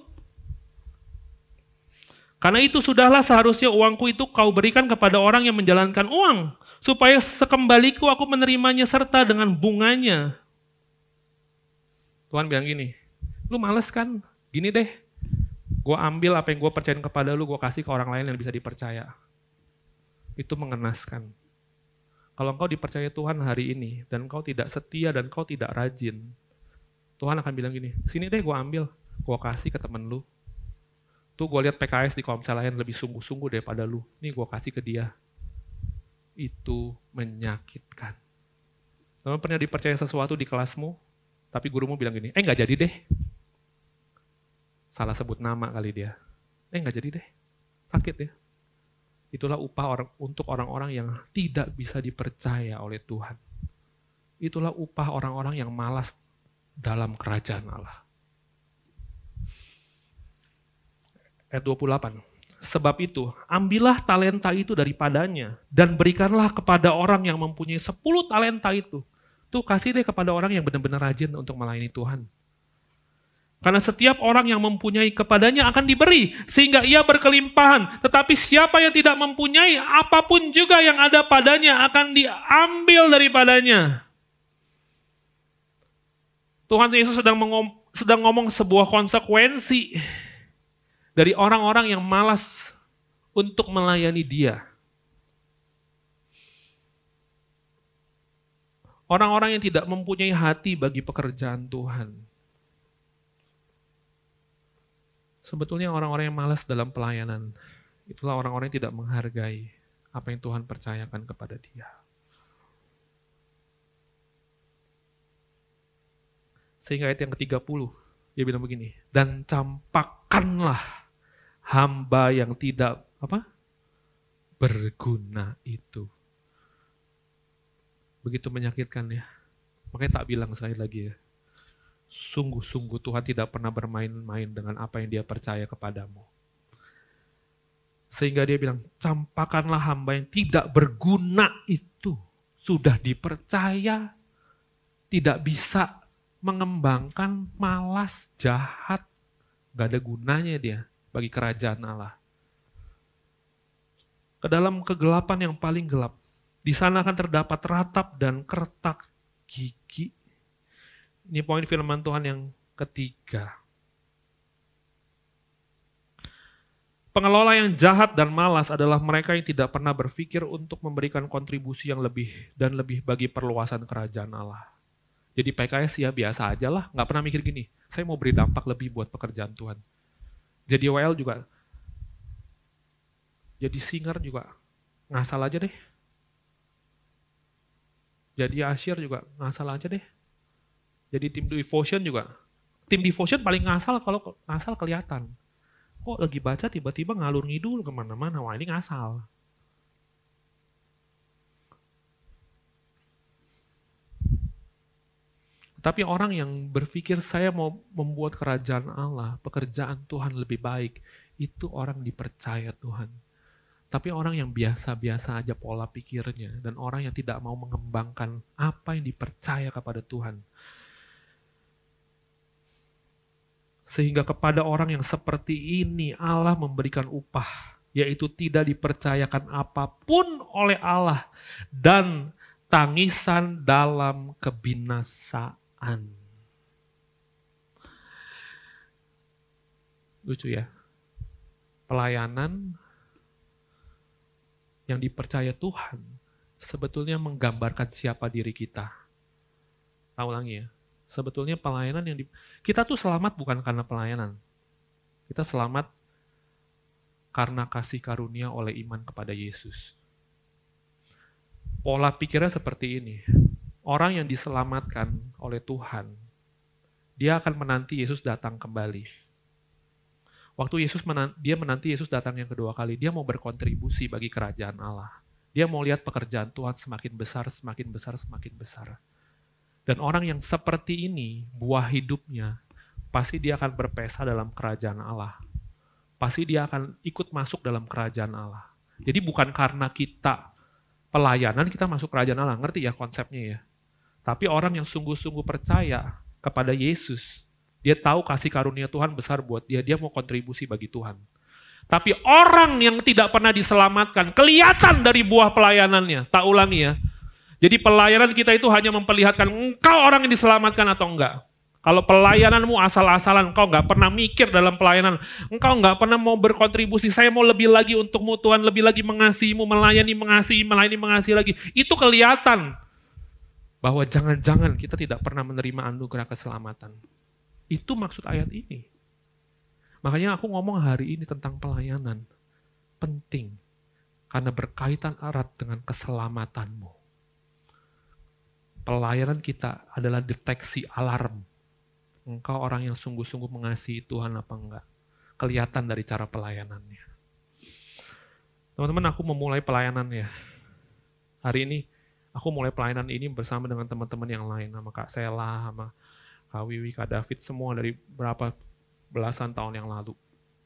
Karena itu sudahlah seharusnya uangku itu kau berikan kepada orang yang menjalankan uang. Supaya sekembaliku aku menerimanya serta dengan bunganya. Tuhan bilang gini, lu males kan? Gini deh, gue ambil apa yang gue percayain kepada lu, gue kasih ke orang lain yang bisa dipercaya. Itu mengenaskan. Kalau engkau dipercaya Tuhan hari ini, dan engkau tidak setia dan engkau tidak rajin, Tuhan akan bilang gini, sini deh gue ambil, gue kasih ke temen lu. Tuh gue lihat PKS di komsel lain lebih sungguh-sungguh daripada lu, nih gue kasih ke dia. Itu menyakitkan. Teman pernah dipercaya sesuatu di kelasmu, tapi gurumu bilang gini, nggak jadi deh. Salah sebut nama kali dia. Nggak jadi deh, sakit ya. Itulah upah untuk orang-orang yang tidak bisa dipercaya oleh Tuhan. Itulah upah orang-orang yang malas dalam kerajaan Allah. Ayat 28. Sebab itu, ambillah talenta itu daripadanya dan berikanlah kepada orang yang mempunyai 10 talenta itu. Tuh kasih deh kepada orang yang benar-benar rajin untuk melayani Tuhan. Karena setiap orang yang mempunyai kepadanya akan diberi, sehingga ia berkelimpahan. Tetapi siapa yang tidak mempunyai, apapun juga yang ada padanya akan diambil daripadanya. Tuhan Yesus sedang ngomong sebuah konsekuensi dari orang-orang yang malas untuk melayani Dia. Orang-orang yang tidak mempunyai hati bagi pekerjaan Tuhan. Sebetulnya orang-orang yang malas dalam pelayanan, itulah orang-orang yang tidak menghargai apa yang Tuhan percayakan kepada dia. Sehingga ayat yang ke-30, dia bilang begini, dan campakkanlah hamba yang tidak berguna itu. Begitu menyakitkan ya. Makanya tak bilang sekali lagi ya. Sungguh-sungguh Tuhan tidak pernah bermain-main dengan apa yang dia percaya kepadamu. Sehingga dia bilang, campakkanlah hamba yang tidak berguna itu. Sudah dipercaya, tidak bisa mengembangkan, malas, jahat. Gak ada gunanya dia bagi kerajaan Allah. Ke dalam kegelapan yang paling gelap, di sana akan terdapat ratap dan kertak gigi. Ini poin firman Tuhan yang ketiga. Pengelola yang jahat dan malas adalah mereka yang tidak pernah berpikir untuk memberikan kontribusi yang lebih dan lebih bagi perluasan kerajaan Allah. Jadi PKS ya biasa aja lah, nggak pernah mikir gini, saya mau beri dampak lebih buat pekerjaan Tuhan. Jadi WL juga, jadi singer juga ngasal aja deh. Jadi asyir juga ngasal aja deh. Jadi tim devotion juga. Tim devotion paling ngasal kalau ngasal kelihatan. Kok lagi baca tiba-tiba ngalur ngidul kemana-mana. Wah ini ngasal. Tapi orang yang berpikir saya mau membuat kerajaan Allah, pekerjaan Tuhan lebih baik, itu orang dipercaya Tuhan. Tapi orang yang biasa-biasa aja pola pikirnya, dan orang yang tidak mau mengembangkan apa yang dipercaya kepada Tuhan, sehingga kepada orang yang seperti ini Allah memberikan upah, yaitu tidak dipercayakan apapun oleh Allah dan tangisan dalam kebinasaan. Lucu ya, pelayanan yang dipercaya Tuhan sebetulnya menggambarkan siapa diri kita. Tahu lagi ya. Sebetulnya pelayanan kita tuh selamat bukan karena pelayanan. Kita selamat karena kasih karunia oleh iman kepada Yesus. Pola pikirnya seperti ini. Orang yang diselamatkan oleh Tuhan, dia akan menanti Yesus datang kembali. Waktu dia menanti Yesus datang yang kedua kali, dia mau berkontribusi bagi kerajaan Allah. Dia mau lihat pekerjaan Tuhan semakin besar, semakin besar, semakin besar. Dan orang yang seperti ini, buah hidupnya, pasti dia akan berpesta dalam kerajaan Allah. Pasti dia akan ikut masuk dalam kerajaan Allah. Jadi bukan karena kita pelayanan, kita masuk kerajaan Allah. Ngerti ya konsepnya ya? Tapi orang yang sungguh-sungguh percaya kepada Yesus, dia tahu kasih karunia Tuhan besar buat dia, dia mau kontribusi bagi Tuhan. Tapi orang yang tidak pernah diselamatkan, kelihatan dari buah pelayanannya. Tak ulangi ya. Jadi pelayanan kita itu hanya memperlihatkan engkau orang yang diselamatkan atau enggak. Kalau pelayananmu asal-asalan, engkau enggak pernah mikir dalam pelayanan, engkau enggak pernah mau berkontribusi, saya mau lebih lagi untukmu Tuhan, lebih lagi mengasihimu, melayani, mengasihi lagi. Itu kelihatan bahwa jangan-jangan kita tidak pernah menerima anugerah keselamatan. Itu maksud ayat ini. Makanya aku ngomong hari ini tentang pelayanan. Penting. Karena berkaitan erat dengan keselamatanmu. Pelayanan kita adalah deteksi alarm. Engkau orang yang sungguh-sungguh mengasihi Tuhan apa enggak. Kelihatan dari cara pelayanannya. Teman-teman, aku memulai pelayanan ya. Hari ini, aku mulai pelayanan ini bersama dengan teman-teman yang lain. Sama Kak Sela, sama Kak Wiwi, Kak David, semua dari berapa belasan tahun yang lalu.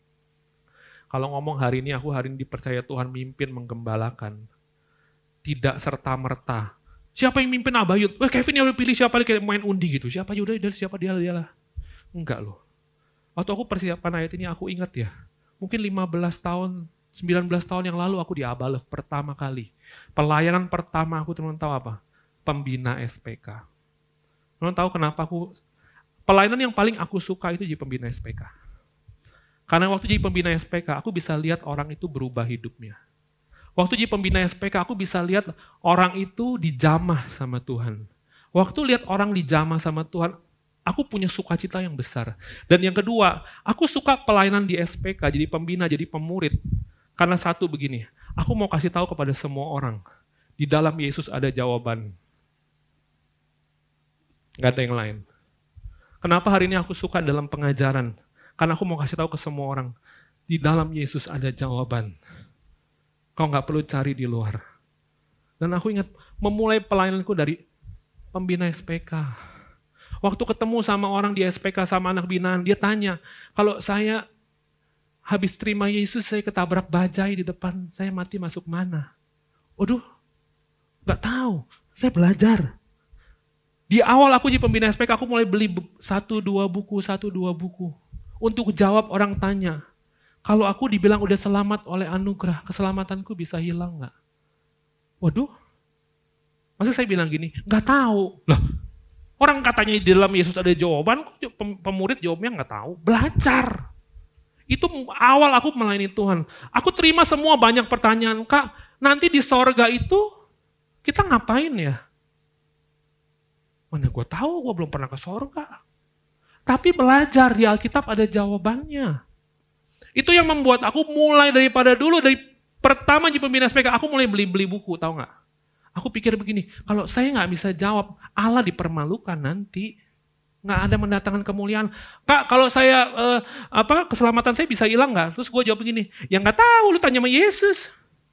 Kalau ngomong hari ini, aku hari ini dipercaya Tuhan mimpin menggembalakan. Tidak serta-merta. Siapa yang mimpin Abayut? Wah Kevin yang udah pilih siapa lagi main undi gitu. Siapa aja udah dari siapa dia lah. Enggak loh. Waktu aku persiapan ayat ini aku ingat ya. Mungkin 15 tahun, 19 tahun yang lalu aku di Abalef pertama kali. Pelayanan pertama aku teman-teman tahu apa? Pembina SPK. Teman-teman tahu kenapa pelayanan yang paling aku suka itu jadi pembina SPK. Karena waktu jadi pembina SPK, aku bisa lihat orang itu berubah hidupnya. Waktu jadi pembina SPK, aku bisa lihat orang itu dijamah sama Tuhan. Waktu lihat orang dijamah sama Tuhan, aku punya sukacita yang besar. Dan yang kedua, aku suka pelayanan di SPK, jadi pembina, jadi pemurid. Karena satu begini, aku mau kasih tahu kepada semua orang, di dalam Yesus ada jawaban. Gak ada yang lain. Kenapa hari ini aku suka dalam pengajaran? Karena aku mau kasih tahu ke semua orang, di dalam Yesus ada jawaban. Kau gak perlu cari di luar. Dan aku ingat memulai pelayananku dari pembina SPK. Waktu ketemu sama orang di SPK sama anak binaan, dia tanya, kalau saya habis terima Yesus, saya ketabrak bajai di depan, saya mati masuk mana? Waduh, gak tahu, saya belajar. Di awal aku jadi pembina SPK, aku mulai beli 1-2 buku. Untuk jawab orang tanya, kalau aku dibilang udah selamat oleh anugerah, keselamatanku bisa hilang gak? Waduh, masa saya bilang gini, gak tahu. Lah, orang katanya di dalam Yesus ada jawaban, pemurid jawabnya gak tahu. Belajar. Itu awal aku melayani Tuhan. Aku terima semua banyak pertanyaan, Kak, nanti di sorga itu kita ngapain ya? Mana gue tahu, gue belum pernah ke sorga. Tapi belajar di Alkitab ada jawabannya. Itu yang membuat aku mulai daripada dulu, dari pertama jadi pembina SPK, aku mulai beli buku, tahu nggak? Aku pikir begini, kalau saya nggak bisa jawab, Allah dipermalukan nanti. Nggak ada mendatangkan kemuliaan. Kak, kalau saya, keselamatan saya bisa hilang nggak? Terus gue jawab begini, ya nggak tahu, lu tanya sama Yesus.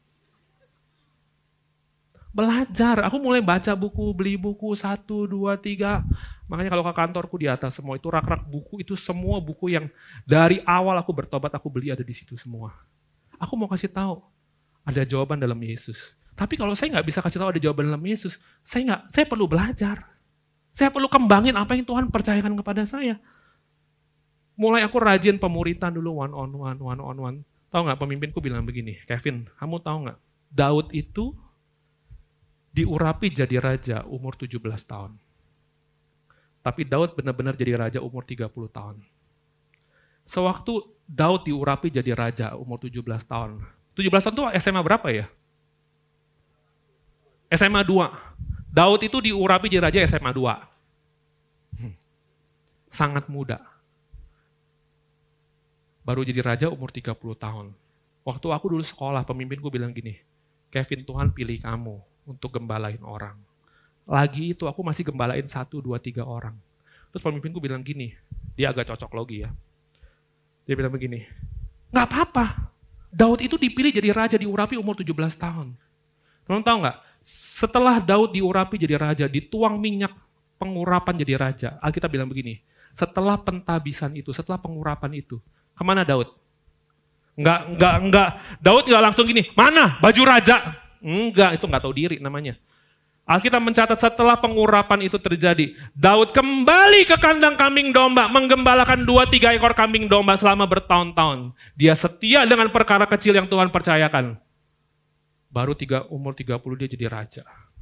Belajar, aku mulai baca buku, beli buku 1, 2, 3. Makanya kalau ke kantorku di atas semua itu rak-rak buku, itu semua buku yang dari awal aku bertobat aku beli ada di situ semua. Aku mau kasih tahu, ada jawaban dalam Yesus. Tapi kalau saya nggak bisa kasih tahu ada jawaban dalam Yesus, saya perlu belajar. Saya perlu kembangin apa yang Tuhan percayakan kepada saya. Mulai aku rajin pemuritan dulu one on one. Tahu nggak pemimpinku bilang begini, Kevin, kamu tahu nggak? Daud itu diurapi jadi raja umur 17 tahun. Tapi Daud benar-benar jadi raja umur 30 tahun. Sewaktu Daud diurapi jadi raja umur 17 tahun. 17 tahun itu SMA berapa ya? SMA 2. Daud itu diurapi jadi raja SMA 2. Sangat muda. Baru jadi raja umur 30 tahun. Waktu aku dulu sekolah, pemimpinku bilang gini, Kevin, Tuhan pilih kamu untuk gembalain orang. Lagi itu aku masih gembalain 1, 2, 3 orang. Terus pemimpinku bilang gini, dia agak cocok logi ya. Dia bilang begini, nggak apa-apa. Daud itu dipilih jadi raja di Urapi umur 17 tahun. Teman-teman tahu nggak? Setelah Daud di Urapi jadi raja, dituang minyak pengurapan jadi raja. Alkitab bilang begini, setelah pentabisan itu, setelah pengurapan itu, kemana Daud? Enggak. Daud nggak langsung gini, mana baju raja? Enggak, itu nggak tahu diri namanya. Alkitab mencatat setelah pengurapan itu terjadi, Daud kembali ke kandang kambing domba, menggembalakan 2-3 ekor kambing domba selama bertahun-tahun. Dia setia dengan perkara kecil yang Tuhan percayakan. Baru umur 30 dia jadi raja.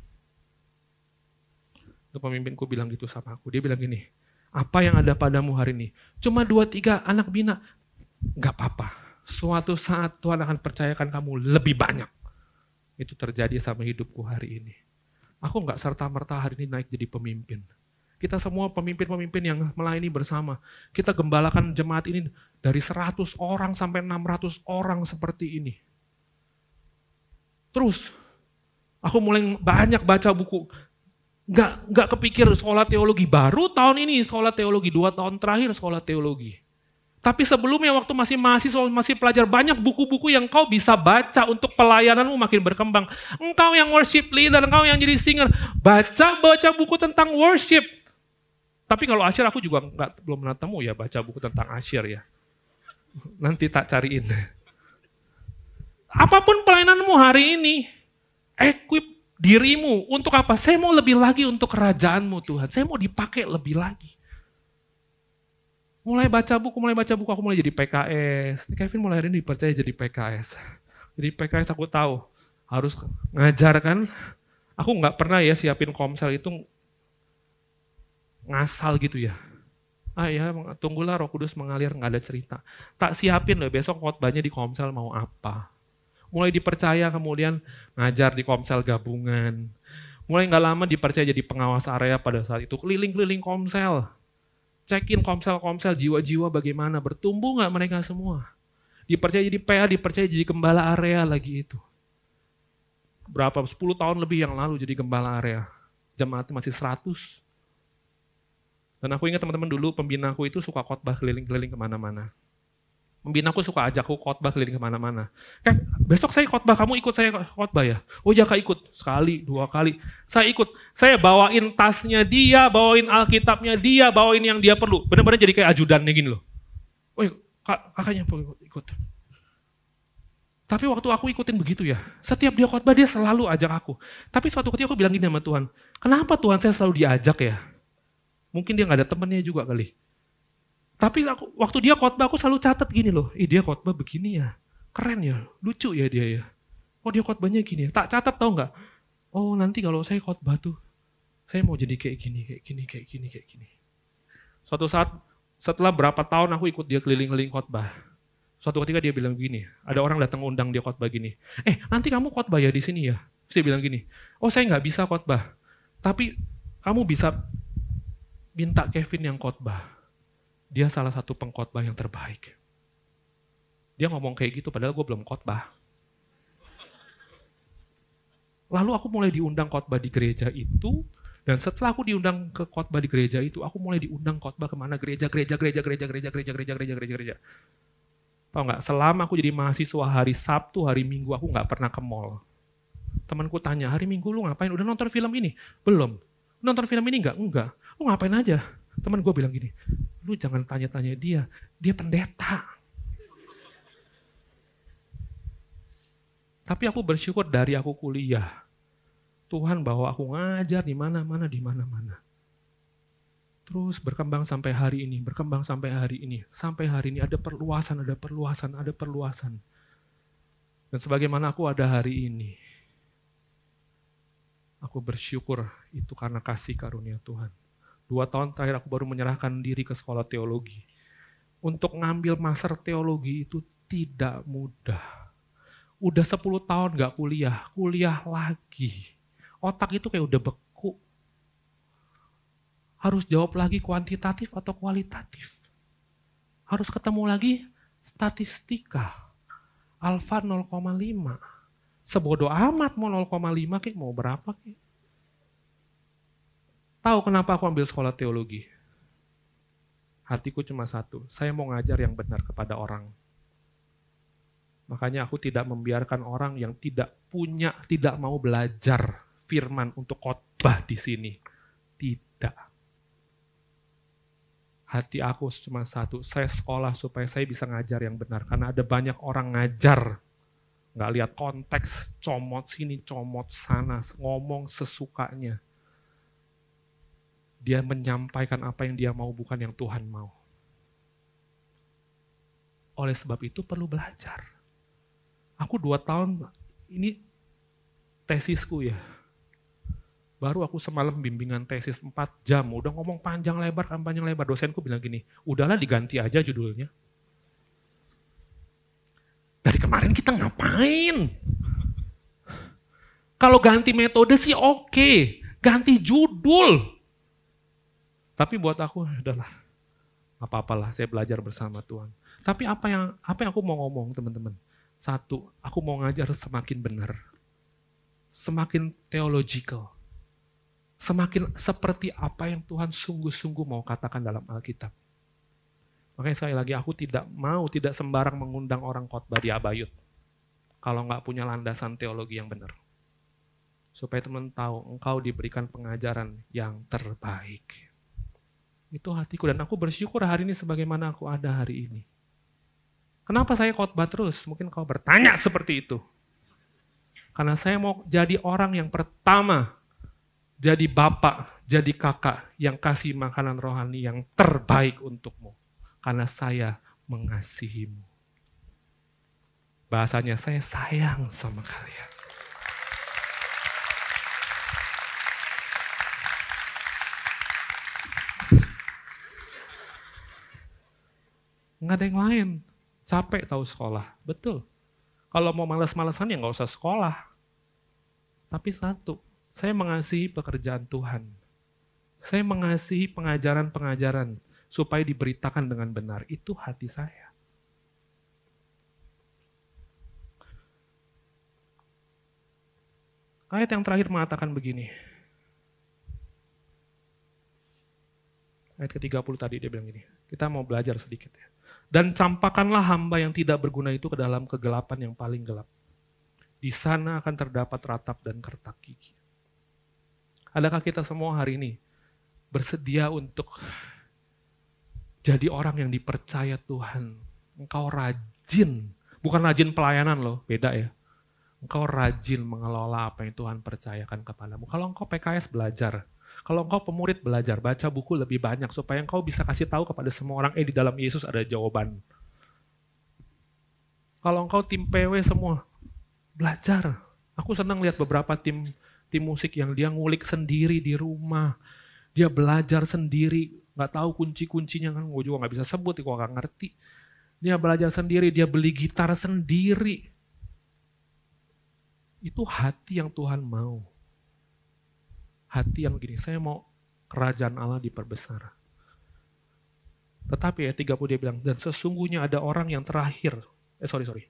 Itu pemimpinku bilang gitu sama aku. Dia bilang gini, apa yang ada padamu hari ini? Cuma 2-3 anak bina. Gak apa-apa. Suatu saat Tuhan akan percayakan kamu lebih banyak. Itu terjadi sama hidupku hari ini. Aku nggak serta-merta hari ini naik jadi pemimpin. Kita semua pemimpin-pemimpin yang melayani bersama. Kita gembalakan jemaat ini dari 100 orang sampai 600 orang seperti ini. Terus, aku mulai banyak baca buku. Nggak kepikir sekolah teologi. Baru tahun ini sekolah teologi, 2 tahun terakhir sekolah teologi. Tapi sebelumnya waktu masih mahasiswa, masih pelajar, banyak buku-buku yang kau bisa baca untuk pelayananmu makin berkembang. Engkau yang worship leader, engkau yang jadi singer, baca buku tentang worship. Tapi kalau Asyir aku juga belum pernah temu ya baca buku tentang Asyir ya. Nanti tak cariin. Apapun pelayananmu hari ini, equip dirimu untuk apa? Saya mau lebih lagi untuk kerajaanmu Tuhan. Saya mau dipakai lebih lagi. Mulai baca buku, aku mulai jadi PKS. Kevin mulai hari ini dipercaya jadi PKS. Jadi PKS aku tahu, harus ngajar kan. Aku nggak pernah ya siapin komsel itu ngasal gitu ya. Ya tunggulah Roh Kudus mengalir, nggak ada cerita. Tak siapin loh, besok khotbahnya di komsel mau apa. Mulai dipercaya kemudian ngajar di komsel gabungan. Mulai nggak lama dipercaya jadi pengawas area pada saat itu, keliling-keliling komsel. Cekin komsel-komsel jiwa-jiwa bagaimana, bertumbuh nggak mereka semua. Dipercaya jadi PA, dipercaya jadi gembala area lagi itu. Berapa, 10 tahun lebih yang lalu jadi gembala area. Jemaatnya masih 100. Dan aku ingat teman-teman dulu pembinaku itu suka khotbah keliling-keliling kemana-mana. Pembinaku suka ajakku khotbah keliling kemana-mana. Besok saya khotbah, kamu ikut saya khotbah ya? Oh ya Kak ikut, sekali, 2 kali. Saya ikut, saya bawain tasnya dia, bawain Alkitabnya dia, bawain yang dia perlu. Benar-benar jadi kayak ajudannya gini loh. Oh kakaknya ikut. Tapi waktu aku ikutin begitu ya, setiap dia khotbah dia selalu ajak aku. Tapi suatu ketika aku bilang gini sama Tuhan, kenapa Tuhan saya selalu diajak ya? Mungkin dia gak ada temennya juga kali. Tapi waktu dia khotbah aku selalu catat gini loh, dia khotbah begini ya, keren ya, lucu ya dia ya. Oh dia khotbahnya gini ya, tak catat tau nggak? Oh nanti kalau saya khotbah tuh, saya mau jadi kayak gini. Suatu saat setelah berapa tahun aku ikut dia keliling-keliling khotbah, suatu ketika dia bilang gini, ada orang datang undang dia khotbah gini, nanti kamu khotbah ya di sini ya. Terus dia bilang gini, oh saya nggak bisa khotbah, tapi kamu bisa minta Kevin yang khotbah. Dia salah satu pengkhotbah yang terbaik. Dia ngomong kayak gitu padahal gue belum khotbah. Lalu aku mulai diundang khotbah di gereja itu, dan setelah aku diundang ke khotbah di gereja itu, aku mulai diundang khotbah kemana? Gereja. Tahu nggak? Selama aku jadi mahasiswa hari Sabtu, hari Minggu aku nggak pernah ke mall. Temanku tanya, hari Minggu lu ngapain? Udah nonton film ini? Belum. Nonton film ini enggak? Enggak. Lu ngapain aja? Teman gue bilang gini, lu jangan tanya-tanya dia pendeta. Tapi aku bersyukur dari aku kuliah, Tuhan bawa aku ngajar di mana-mana. Terus berkembang sampai hari ini. Sampai hari ini ada perluasan. Dan sebagaimana aku ada hari ini, aku bersyukur itu karena kasih karunia Tuhan. 2 tahun terakhir aku baru menyerahkan diri ke sekolah teologi. Untuk ngambil master teologi itu tidak mudah. Udah 10 tahun gak kuliah lagi. Otak itu kayak udah beku. Harus jawab lagi kuantitatif atau kualitatif. Harus ketemu lagi statistika. Alfa 0,5. Sebodoh amat mau 0,5 kayak mau berapa kayak. Tahu kenapa aku ambil sekolah teologi? Hatiku cuma satu, saya mau ngajar yang benar kepada orang. Makanya aku tidak membiarkan orang yang tidak mau belajar firman untuk khotbah di sini. Tidak. Hati aku cuma satu, saya sekolah supaya saya bisa ngajar yang benar. Karena ada banyak orang ngajar, nggak lihat konteks, comot sini, comot sana, ngomong sesukanya. Dia menyampaikan apa yang dia mau, bukan yang Tuhan mau. Oleh sebab itu perlu belajar. Aku 2 tahun, ini tesisku ya. Baru aku semalam bimbingan tesis 4 jam, udah ngomong panjang lebar. Dosenku bilang gini, udahlah diganti aja judulnya. Dari kemarin kita ngapain? Kalau ganti metode sih oke, ganti judul. Tapi buat aku, udahlah, apa-apalah, saya belajar bersama Tuhan. Tapi apa yang aku mau ngomong teman-teman? Satu, aku mau ngajar semakin benar, semakin theological, semakin seperti apa yang Tuhan sungguh-sungguh mau katakan dalam Alkitab. Makanya sekali lagi, aku tidak sembarang mengundang orang khotbah di Abayut kalau nggak punya landasan teologi yang benar. Supaya teman tahu, engkau diberikan pengajaran yang terbaik. Itu hatiku, dan aku bersyukur hari ini sebagaimana aku ada hari ini. Kenapa saya khotbah terus? Mungkin kau bertanya seperti itu. Karena saya mau jadi orang yang pertama, jadi bapak, jadi kakak yang kasih makanan rohani yang terbaik untukmu. Karena saya mengasihimu. Bahasanya, saya sayang sama kalian. Nggak ada yang lain. Capek tahu sekolah. Betul. Kalau mau males-malesan ya nggak usah sekolah. Tapi satu, saya mengasihi pekerjaan Tuhan. Saya mengasihi pengajaran-pengajaran supaya diberitakan dengan benar. Itu hati saya. Ayat yang terakhir mengatakan begini. Ayat ke-30 tadi dia bilang gini. Kita mau belajar sedikit ya. Dan campakkanlah hamba yang tidak berguna itu ke dalam kegelapan yang paling gelap. Di sana akan terdapat ratap dan kertak gigi. Adakah kita semua hari ini bersedia untuk jadi orang yang dipercaya Tuhan? Engkau rajin, bukan rajin pelayanan loh, beda ya. Engkau rajin mengelola apa yang Tuhan percayakan kepadamu. Kalau engkau PKS belajar, kalau engkau pemurid belajar, baca buku lebih banyak supaya engkau bisa kasih tahu kepada semua orang, di dalam Yesus ada jawaban. Kalau engkau tim PW semua, belajar. Aku senang lihat beberapa tim musik yang dia ngulik sendiri di rumah. Dia belajar sendiri, gak tahu kunci-kuncinya kan, gue juga gak bisa sebut, gue gak ngerti. Dia belajar sendiri, dia beli gitar sendiri. Itu hati yang Tuhan mau. Hati yang gini, saya mau kerajaan Allah diperbesar. Tetapi ayat 30 dia bilang, dan sesungguhnya ada orang yang terakhir. Sorry.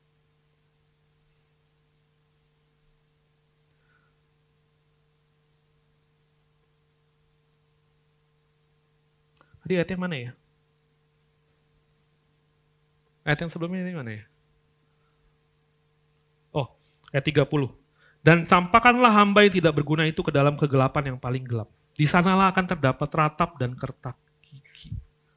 Tadi ayat yang mana ya? Ayat yang sebelumnya ini mana ya? Oh, ayat 30. Dan campakkanlah hamba yang tidak berguna itu ke dalam kegelapan yang paling gelap. Di sanalah akan terdapat ratap dan kertak gigi.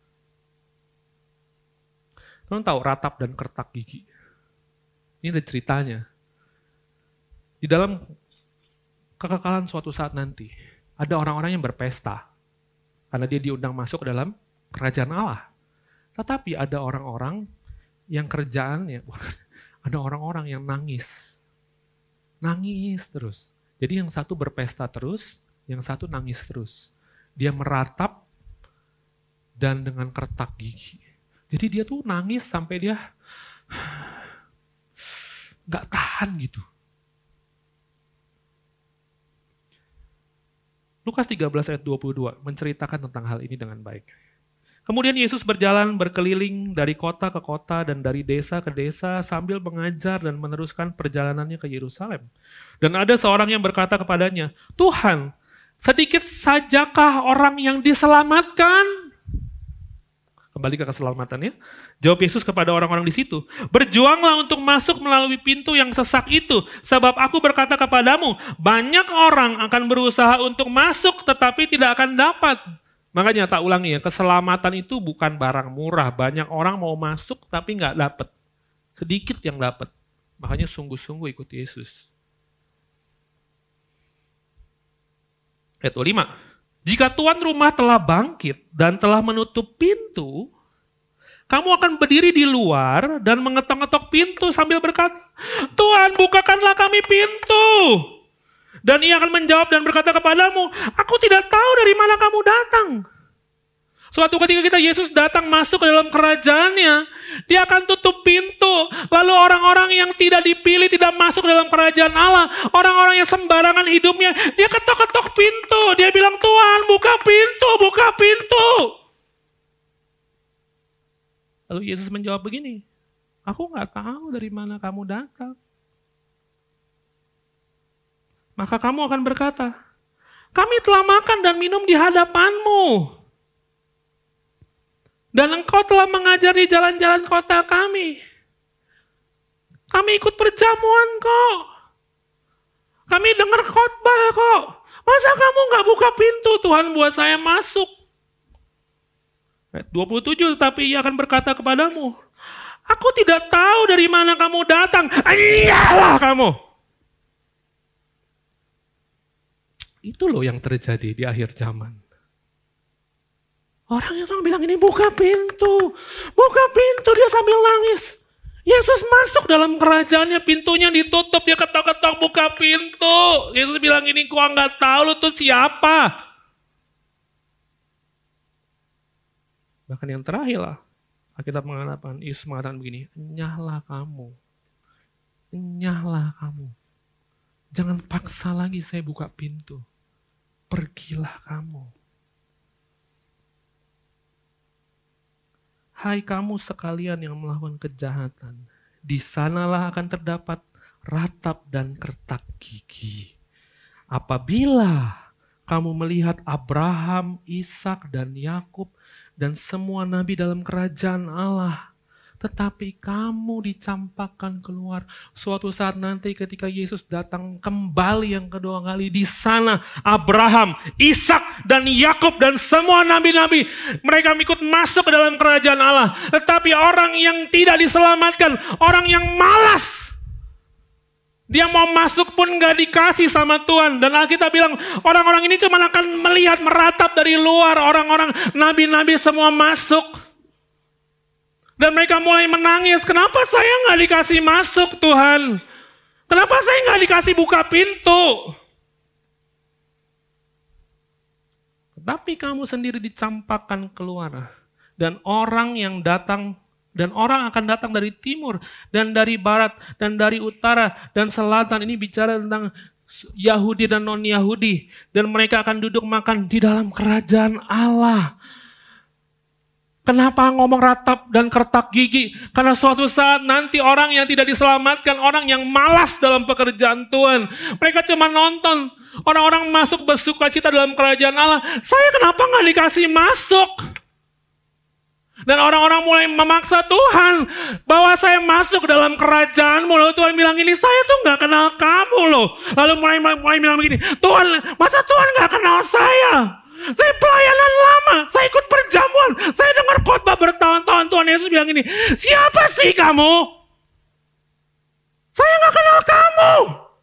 Kalian tahu ratap dan kertak gigi? Ini ada ceritanya. Di dalam kekekalan suatu saat nanti, ada orang-orang yang berpesta. Karena dia diundang masuk ke dalam kerajaan Allah. Tetapi ada orang-orang yang kerjaannya, ada orang-orang yang nangis terus. Jadi yang satu berpesta terus, yang satu nangis terus. Dia meratap dan dengan kertak gigi. Jadi dia tuh nangis sampai dia gak tahan gitu. Lukas 13 ayat 22 menceritakan tentang hal ini dengan baik. Kemudian Yesus berjalan berkeliling dari kota ke kota dan dari desa ke desa sambil mengajar dan meneruskan perjalanannya ke Yerusalem. Dan ada seorang yang berkata kepadanya, "Tuhan, sedikit sajakah orang yang diselamatkan?" Kembali ke keselamatannya. Jawab Yesus kepada orang-orang di situ, berjuanglah untuk masuk melalui pintu yang sesak itu, sebab aku berkata kepadamu, banyak orang akan berusaha untuk masuk tetapi tidak akan dapat. Makanya tak ulangi ya, keselamatan itu bukan barang murah. Banyak orang mau masuk tapi nggak dapat. Sedikit yang dapat. Makanya sungguh-sungguh ikut Yesus. Ayat 25. Jika tuan rumah telah bangkit dan telah menutup pintu, kamu akan berdiri di luar dan mengetok-ngetok pintu sambil berkata, Tuhan, bukakanlah kami pintu. Dan ia akan menjawab dan berkata kepadamu, aku tidak tahu dari mana kamu datang. Suatu ketika Yesus datang masuk ke dalam kerajaannya, dia akan tutup pintu. Lalu orang-orang yang tidak dipilih tidak masuk ke dalam kerajaan Allah. Orang-orang yang sembarangan hidupnya, dia ketok-ketok pintu. Dia bilang, Tuhan buka pintu, buka pintu. Lalu Yesus menjawab begini, aku gak tahu dari mana kamu datang. Maka kamu akan berkata, kami telah makan dan minum di hadapanmu. Dan engkau telah mengajar di jalan-jalan kota kami. Kami ikut perjamuan kok. Kami dengar khotbah kok. Masa kamu gak buka pintu Tuhan buat saya masuk? Ayat 27, tapi ia akan berkata kepadamu, aku tidak tahu dari mana kamu datang. Iyalah kamu. Itu loh yang terjadi di akhir zaman. Orang bilang ini buka pintu, dia sambil nangis. Yesus masuk dalam kerajaannya, pintunya ditutup, dia ketok-ketok buka pintu. Yesus bilang ini gua nggak tahu lu tuh siapa. Bahkan yang terakhir lah, kita mengatakan, Yesus mengatakan begini, enyahlah kamu, jangan paksa lagi saya buka pintu, pergilah kamu. Hai kamu sekalian yang melakukan kejahatan, di sanalah akan terdapat ratap dan kertak gigi. Apabila kamu melihat Abraham, Ishak dan Yakub dan semua nabi dalam kerajaan Allah, tetapi kamu dicampakkan keluar. Suatu saat nanti ketika Yesus datang kembali yang kedua kali, di sana Abraham, Ishak dan Yakub dan semua nabi-nabi, mereka ikut masuk ke dalam kerajaan Allah. Tetapi orang yang tidak diselamatkan, orang yang malas, dia mau masuk pun gak dikasih sama Tuhan. Dan Alkitab bilang orang-orang ini cuma akan melihat meratap dari luar. Orang-orang nabi-nabi semua masuk. Dan mereka mulai menangis, kenapa saya gak dikasih masuk Tuhan? Kenapa saya gak dikasih buka pintu? Tetapi kamu sendiri dicampakkan keluar. Dan orang akan datang dari timur, dan dari barat, dan dari utara, dan selatan. Ini bicara tentang Yahudi dan non-Yahudi. Dan mereka akan duduk makan di dalam kerajaan Allah. Kenapa ngomong ratap dan kertak gigi? Karena suatu saat nanti orang yang tidak diselamatkan, orang yang malas dalam pekerjaan Tuhan. Mereka cuma nonton. Orang-orang masuk bersukacita dalam kerajaan Allah. Saya kenapa gak dikasih masuk? Dan orang-orang mulai memaksa Tuhan bahwa saya masuk dalam kerajaanmu. Lalu Tuhan bilang ini, saya tuh gak kenal kamu loh. Lalu mulai bilang begini, Tuhan, masa Tuhan gak kenal saya? Saya pelayanan lama, saya ikut perjamuan, saya dengar khotbah bertahun-tahun. Tuhan Yesus bilang ini, siapa sih kamu? Saya gak kenal kamu.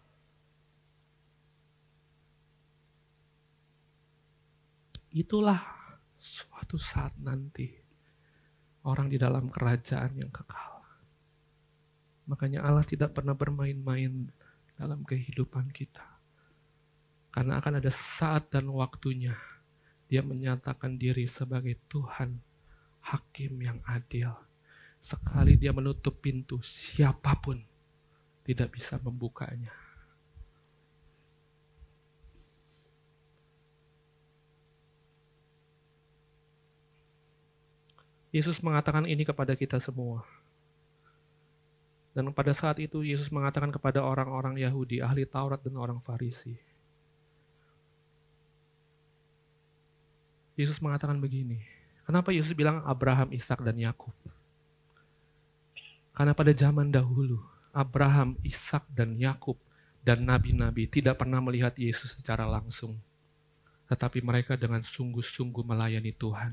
Itulah suatu saat nanti orang di dalam kerajaan yang kekal. Makanya Allah tidak pernah bermain-main dalam kehidupan kita. Karena akan ada saat dan waktunya Dia menyatakan diri sebagai Tuhan, Hakim yang adil. Sekali Dia menutup pintu, siapapun tidak bisa membukanya. Yesus mengatakan ini kepada kita semua. Dan pada saat itu Yesus mengatakan kepada orang-orang Yahudi, ahli Taurat dan orang Farisi. Yesus mengatakan begini, Kenapa Yesus bilang Abraham, Ishak, dan Yakub? Karena pada zaman dahulu, Abraham, Ishak, dan Yakub, dan nabi-nabi tidak pernah melihat Yesus secara langsung. Tetapi mereka dengan sungguh-sungguh melayani Tuhan.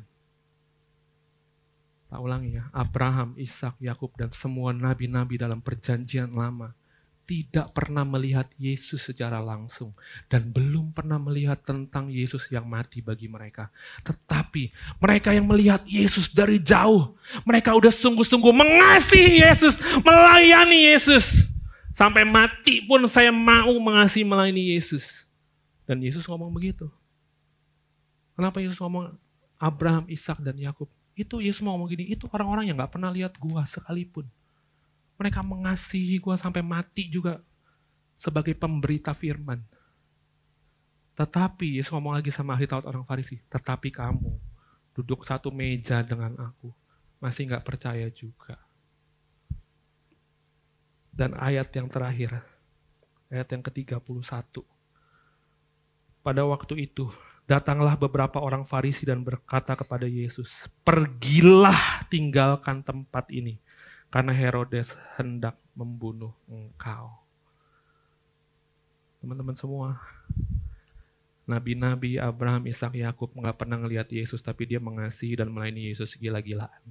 Tak ulangi ya, Abraham, Ishak, Yakub, dan semua nabi-nabi dalam perjanjian lama tidak pernah melihat Yesus secara langsung dan belum pernah melihat tentang Yesus yang mati bagi mereka. Tetapi mereka yang melihat Yesus dari jauh, mereka udah sungguh-sungguh mengasihi Yesus, melayani Yesus. Sampai mati pun saya mau mengasihi melayani Yesus. Dan Yesus ngomong begitu. Kenapa Yesus ngomong Abraham, Ishak, dan Yakub? Itu Yesus mau ngomong gini, itu orang-orang yang gak pernah lihat gua sekalipun. Mereka mengasihi gue sampai mati juga sebagai pemberita firman. Tetapi, Yesus ngomong lagi sama ahli Taurat orang Farisi, tetapi kamu duduk satu meja dengan aku, masih gak percaya juga. Dan ayat yang terakhir, ayat yang ke-31. Pada waktu itu, datanglah beberapa orang Farisi dan berkata kepada Yesus, pergilah tinggalkan tempat ini. Karena Herodes hendak membunuh engkau. Teman-teman semua, nabi-nabi Abraham, Ishak, Yakub nggak pernah ngelihat Yesus, tapi dia mengasihi dan melayani Yesus gila-gilaan.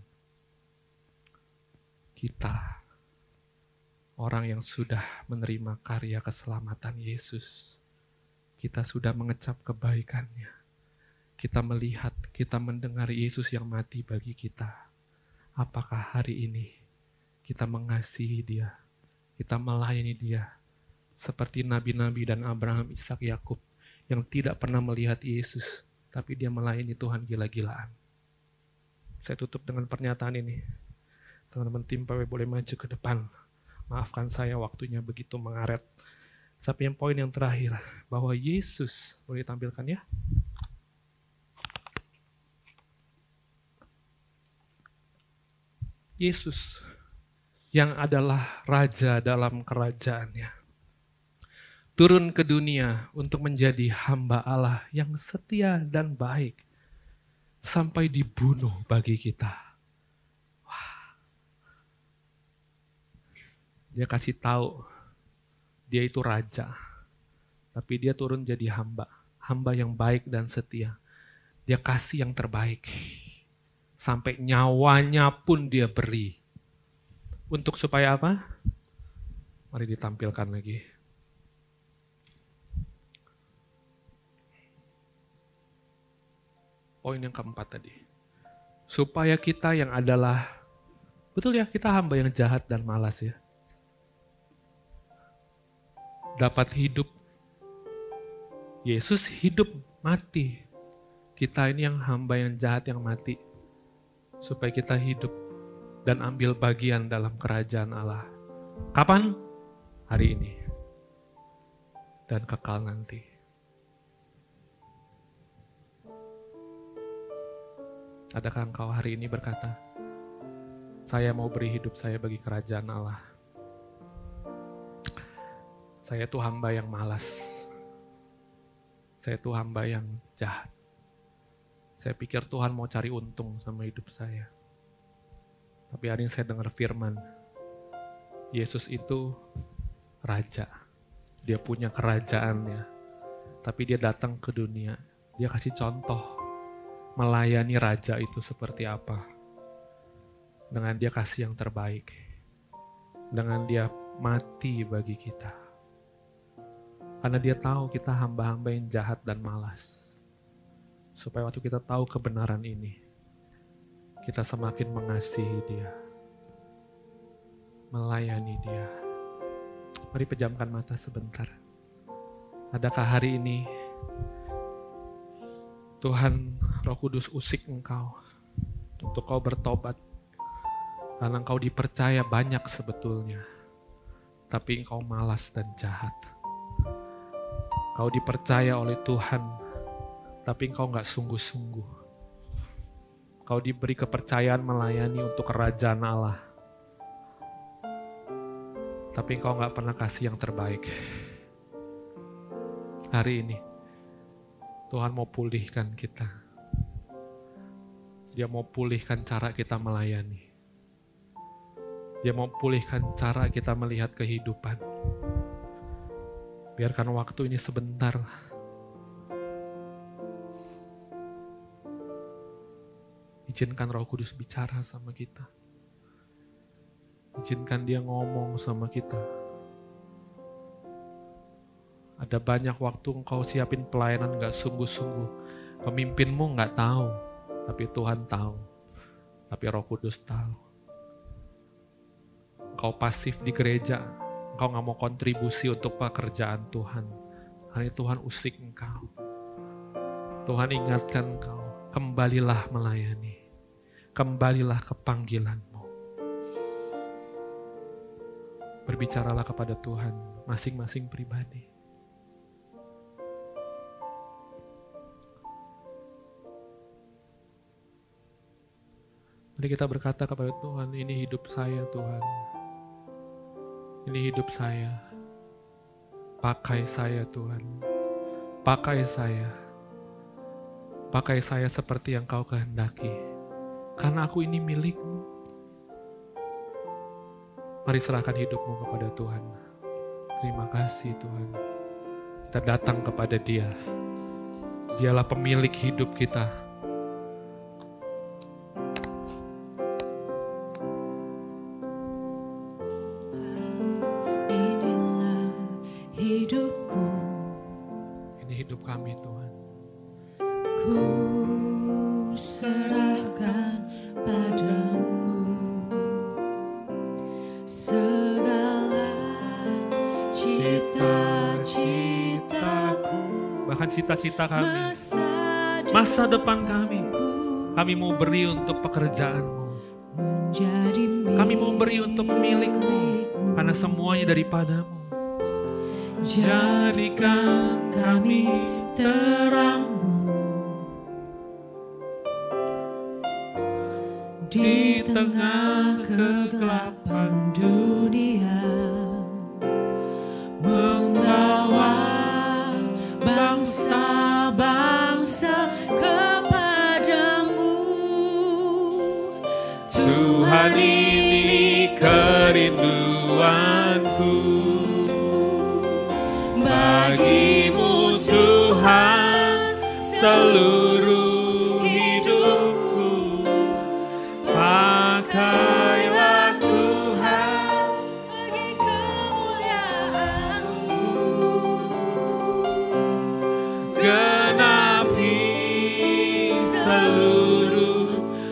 Kita, orang yang sudah menerima karya keselamatan Yesus, kita sudah mengecap kebaikannya. Kita melihat, kita mendengar Yesus yang mati bagi kita. Apakah hari ini kita mengasihi dia, kita melayani dia, seperti nabi-nabi dan Abraham, Ishak, Yakub, yang tidak pernah melihat Yesus, tapi dia melayani Tuhan gila-gilaan. Saya tutup dengan pernyataan ini. Teman-teman tim PW boleh maju ke depan. Maafkan saya waktunya begitu mengaret. Sampai yang poin yang terakhir, bahwa Yesus, boleh ditampilkan ya? Yesus yang adalah raja dalam kerajaannya, turun ke dunia untuk menjadi hamba Allah yang setia dan baik, sampai dibunuh bagi kita. Wah. Dia kasih tahu, dia itu raja, tapi dia turun jadi hamba yang baik dan setia. Dia kasih yang terbaik, sampai nyawanya pun dia beri. Untuk supaya apa? Mari ditampilkan lagi. Poin yang keempat tadi. Supaya kita yang adalah, betul ya, kita hamba yang jahat dan malas ya. Dapat hidup. Yesus hidup, mati. Kita ini yang hamba yang jahat yang mati. Supaya kita hidup dan ambil bagian dalam kerajaan Allah. Kapan? Hari ini. Dan kekal nanti. Adakah engkau hari ini berkata, saya mau beri hidup saya bagi kerajaan Allah. Saya tuh hamba yang malas. Saya tuh hamba yang jahat. Saya pikir Tuhan mau cari untung sama hidup saya. Tapi hari ini saya dengar firman, Yesus itu raja. Dia punya kerajaannya. Tapi dia datang ke dunia. Dia kasih contoh melayani raja itu seperti apa. Dengan dia kasih yang terbaik. Dengan dia mati bagi kita. Karena dia tahu kita hamba-hamba yang jahat dan malas. Supaya waktu kita tahu kebenaran ini, kita semakin mengasihi dia, melayani dia. Mari pejamkan mata sebentar. Adakah hari ini Tuhan Roh Kudus usik engkau untuk kau bertobat? Karena engkau dipercaya banyak sebetulnya, tapi engkau malas dan jahat. Kau dipercaya oleh Tuhan, tapi engkau gak sungguh-sungguh. Kau diberi kepercayaan melayani untuk kerajaan Allah. Tapi engkau gak pernah kasih yang terbaik. Hari ini, Tuhan mau pulihkan kita. Dia mau pulihkan cara kita melayani. Dia mau pulihkan cara kita melihat kehidupan. Biarkan waktu ini sebentar. Izinkan Roh Kudus bicara sama kita. Izinkan dia ngomong sama kita. Ada banyak waktu engkau siapin pelayanan gak sungguh-sungguh. Pemimpinmu gak tahu, tapi Tuhan tahu. Tapi Roh Kudus tahu. Engkau pasif di gereja, engkau gak mau kontribusi untuk pekerjaan Tuhan. Hari Tuhan usik engkau. Tuhan ingatkan engkau, kembalilah melayani. Kembalilah ke panggilanmu. Berbicaralah kepada Tuhan, masing-masing pribadi. Mari kita berkata kepada Tuhan, ini hidup saya Tuhan. Ini hidup saya. Pakai saya Tuhan. Pakai saya. Pakai saya seperti yang Kau kehendaki. Karena aku ini milik-Mu. Mari serahkan hidupmu kepada Tuhan. Terima kasih Tuhan. Kita datang kepada Dia. Dialah pemilik hidup kita. Inilah hidupku. Ini hidup kami Tuhan. Ku serahkan padamu segala cita-citaku, Bahkan cita-cita kami, masa depan kami. Kami mau beri untuk pekerjaan-Mu. Kami mau beri untuk milik-Mu. Karena semuanya daripada-Mu. Jadikan kami terang-Mu di tengah kegelapan dunia, membawa bangsa-bangsa kepadamu. Tuhan, ini kerinduanku. Bagimu Tuhan seluruh hidupku. Pakailah Tuhan Bagi kemuliaan-Mu, genapi seluruh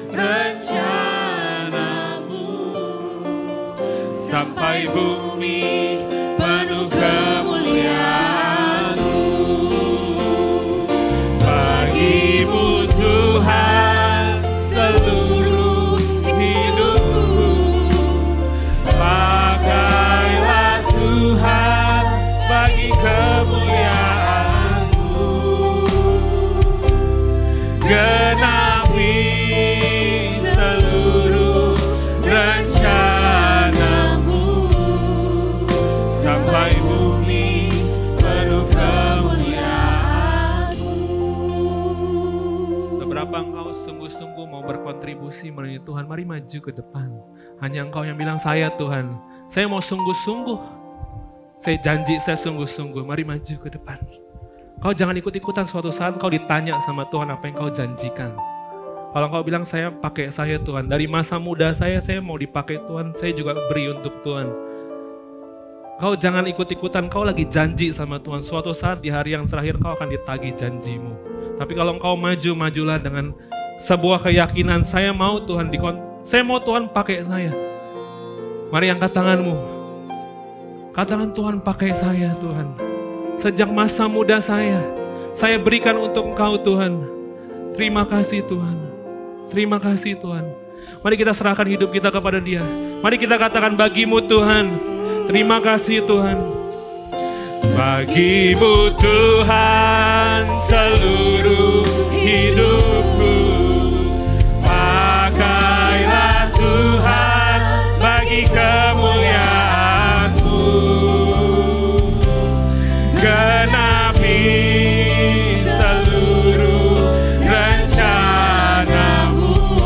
rencana-Mu. Sampai bumi penuh kemuliaan-Mu. Bagimu Tuhan seluruh hidupku. Pakailah Tuhan bagi kemuliaan-Mu. Genapi seluruh rencana-Mu. Sampai bumi penuh kemuliaan-Mu. Seberapa engkau sungguh-sungguh mau berkontribusi melayani Tuhan, mari maju ke depan. Hanya engkau yang bilang, saya Tuhan, saya mau sungguh-sungguh. Saya janji saya sungguh-sungguh, mari maju ke depan. Kau jangan ikut-ikutan, suatu saat kau ditanya sama Tuhan apa yang kau janjikan. Kalau kau bilang saya pakai saya Tuhan, dari masa muda saya mau dipakai Tuhan, saya juga beri untuk Tuhan. Kau jangan ikut-ikutan, kau lagi janji sama Tuhan. Suatu saat di hari yang terakhir kau akan ditagih janjimu. Tapi kalau engkau maju, majulah dengan sebuah keyakinan, saya mau Tuhan saya mau Tuhan pakai saya. Mari angkat tanganmu. Katakan, Tuhan pakai saya Tuhan. Sejak masa muda saya berikan untuk Engkau Tuhan. Terima kasih Tuhan. Terima kasih Tuhan. Mari kita serahkan hidup kita kepada Dia. Mari kita katakan, bagimu Tuhan. Terima kasih Tuhan. Bagimu Tuhan seluruh hidupku. Pakailah Tuhan bagi kemuliaan-Mu. Genapi seluruh rencana-Mu.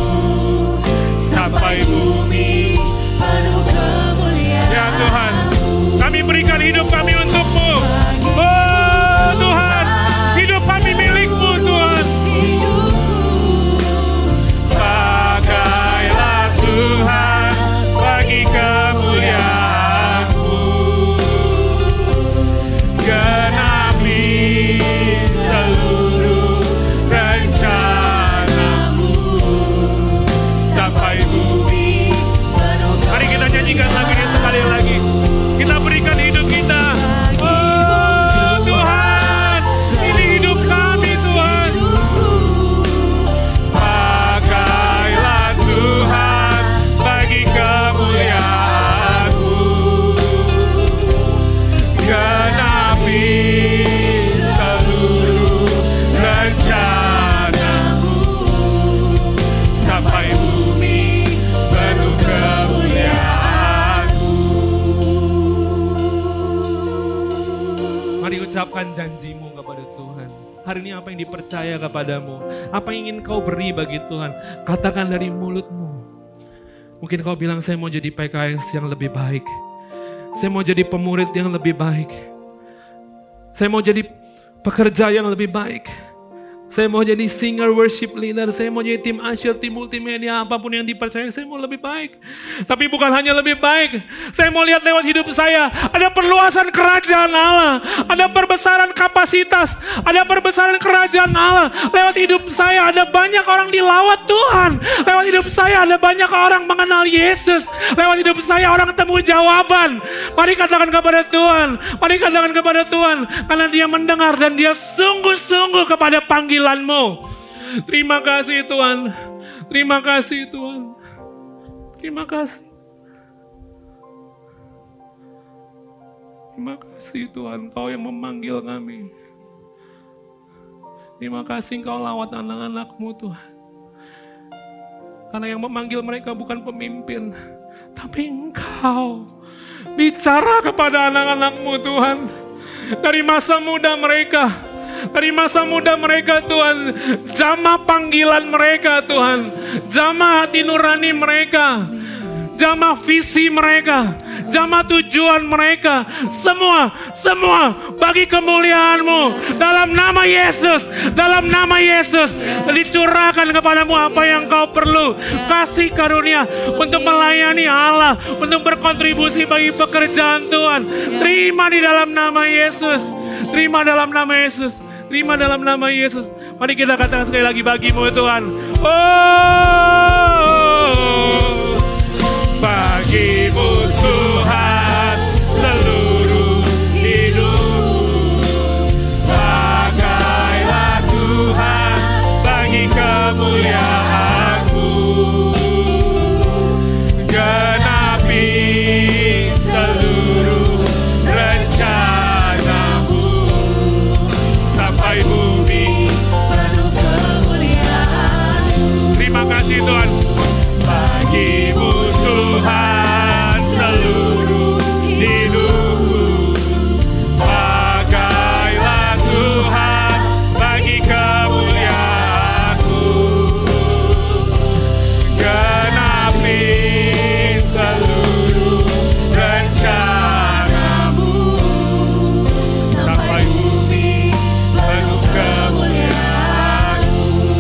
ucapkan janjimu kepada Tuhan. Hari ini apa yang dipercaya kepadamu? Apa yang ingin kau beri bagi Tuhan? Katakan dari mulutmu. Mungkin kau bilang, saya mau jadi PKS yang lebih baik. Saya mau jadi pemurid yang lebih baik. Saya mau jadi pekerja yang lebih baik. Saya mau jadi singer, worship leader. Saya mau jadi tim usher, tim multimedia. Apapun yang dipercaya, saya mau lebih baik. Tapi bukan hanya lebih baik. Saya mau lihat lewat hidup saya. Ada perluasan kerajaan Allah. Ada perbesaran kapasitas. Ada perbesaran kerajaan Allah. Lewat hidup saya ada banyak orang dilawat Tuhan. Lewat hidup saya ada banyak orang mengenal Yesus. Lewat hidup saya orang ketemu jawaban. Mari katakan kepada Tuhan. Mari katakan kepada Tuhan. Karena dia mendengar dan dia sungguh-sungguh kepada panggilanmu. Terima kasih Tuhan. Terima kasih Tuhan. Terima kasih. Terima kasih Tuhan, Kau yang memanggil kami. Terima kasih Kau lawat anak-anak-Mu Tuhan. Karena yang memanggil mereka bukan pemimpin, tapi Engkau. Bicara kepada anak-anak-Mu Tuhan. Dari masa muda mereka. Dari masa muda mereka Tuhan, jamah panggilan mereka Tuhan, jamah hati nurani mereka, jamah visi mereka, jamah tujuan mereka, semua bagi kemuliaan-Mu. Dalam nama Yesus, dalam nama Yesus, dicurahkan kepadamu apa yang Kau perlu, kasih karunia untuk melayani Allah, untuk berkontribusi bagi pekerjaan Tuhan. Terima di dalam nama Yesus, terima dalam nama Yesus. Terima dalam nama Yesus. Mari kita katakan sekali lagi, bagi-Mu Tuhan. Oh, bagi-Mu Tuhan seluruh hidup. Pakailah Tuhan bagi kemuliaan-Mu. Genapi seluruh rencana-Mu. Sampai bumi penuh kemuliaan-Mu. Terima kasih Tuhan. Bagi-Mu Tuhan seluruh hidup. Pakailah Tuhan bagi kemuliaan-Mu. Genapi seluruh rencana-Mu. Sampai bumi penuh kemuliaan-Mu.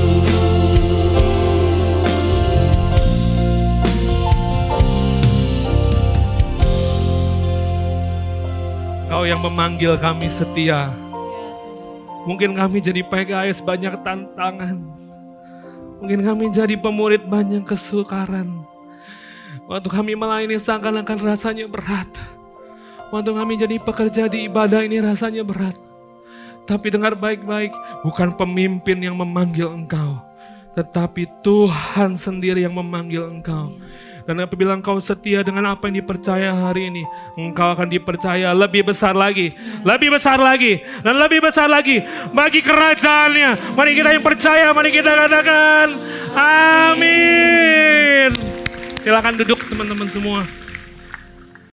Kau yang memanggil kami setia. Mungkin kami jadi PKS banyak tantangan. Mungkin kami jadi pemurid banyak kesukaran. Waktu kami melayani seakan-akan rasanya berat. Waktu kami jadi pekerja di ibadah ini rasanya berat. Tapi dengar baik-baik, bukan pemimpin yang memanggil engkau, tetapi Tuhan sendiri yang memanggil engkau. Dan apabila engkau setia dengan apa yang dipercaya hari ini, engkau akan dipercaya lebih besar lagi, lebih besar lagi, dan lebih besar lagi bagi kerajaannya. Mari kita yang percaya, mari kita katakan amin. Silakan duduk teman-teman semua.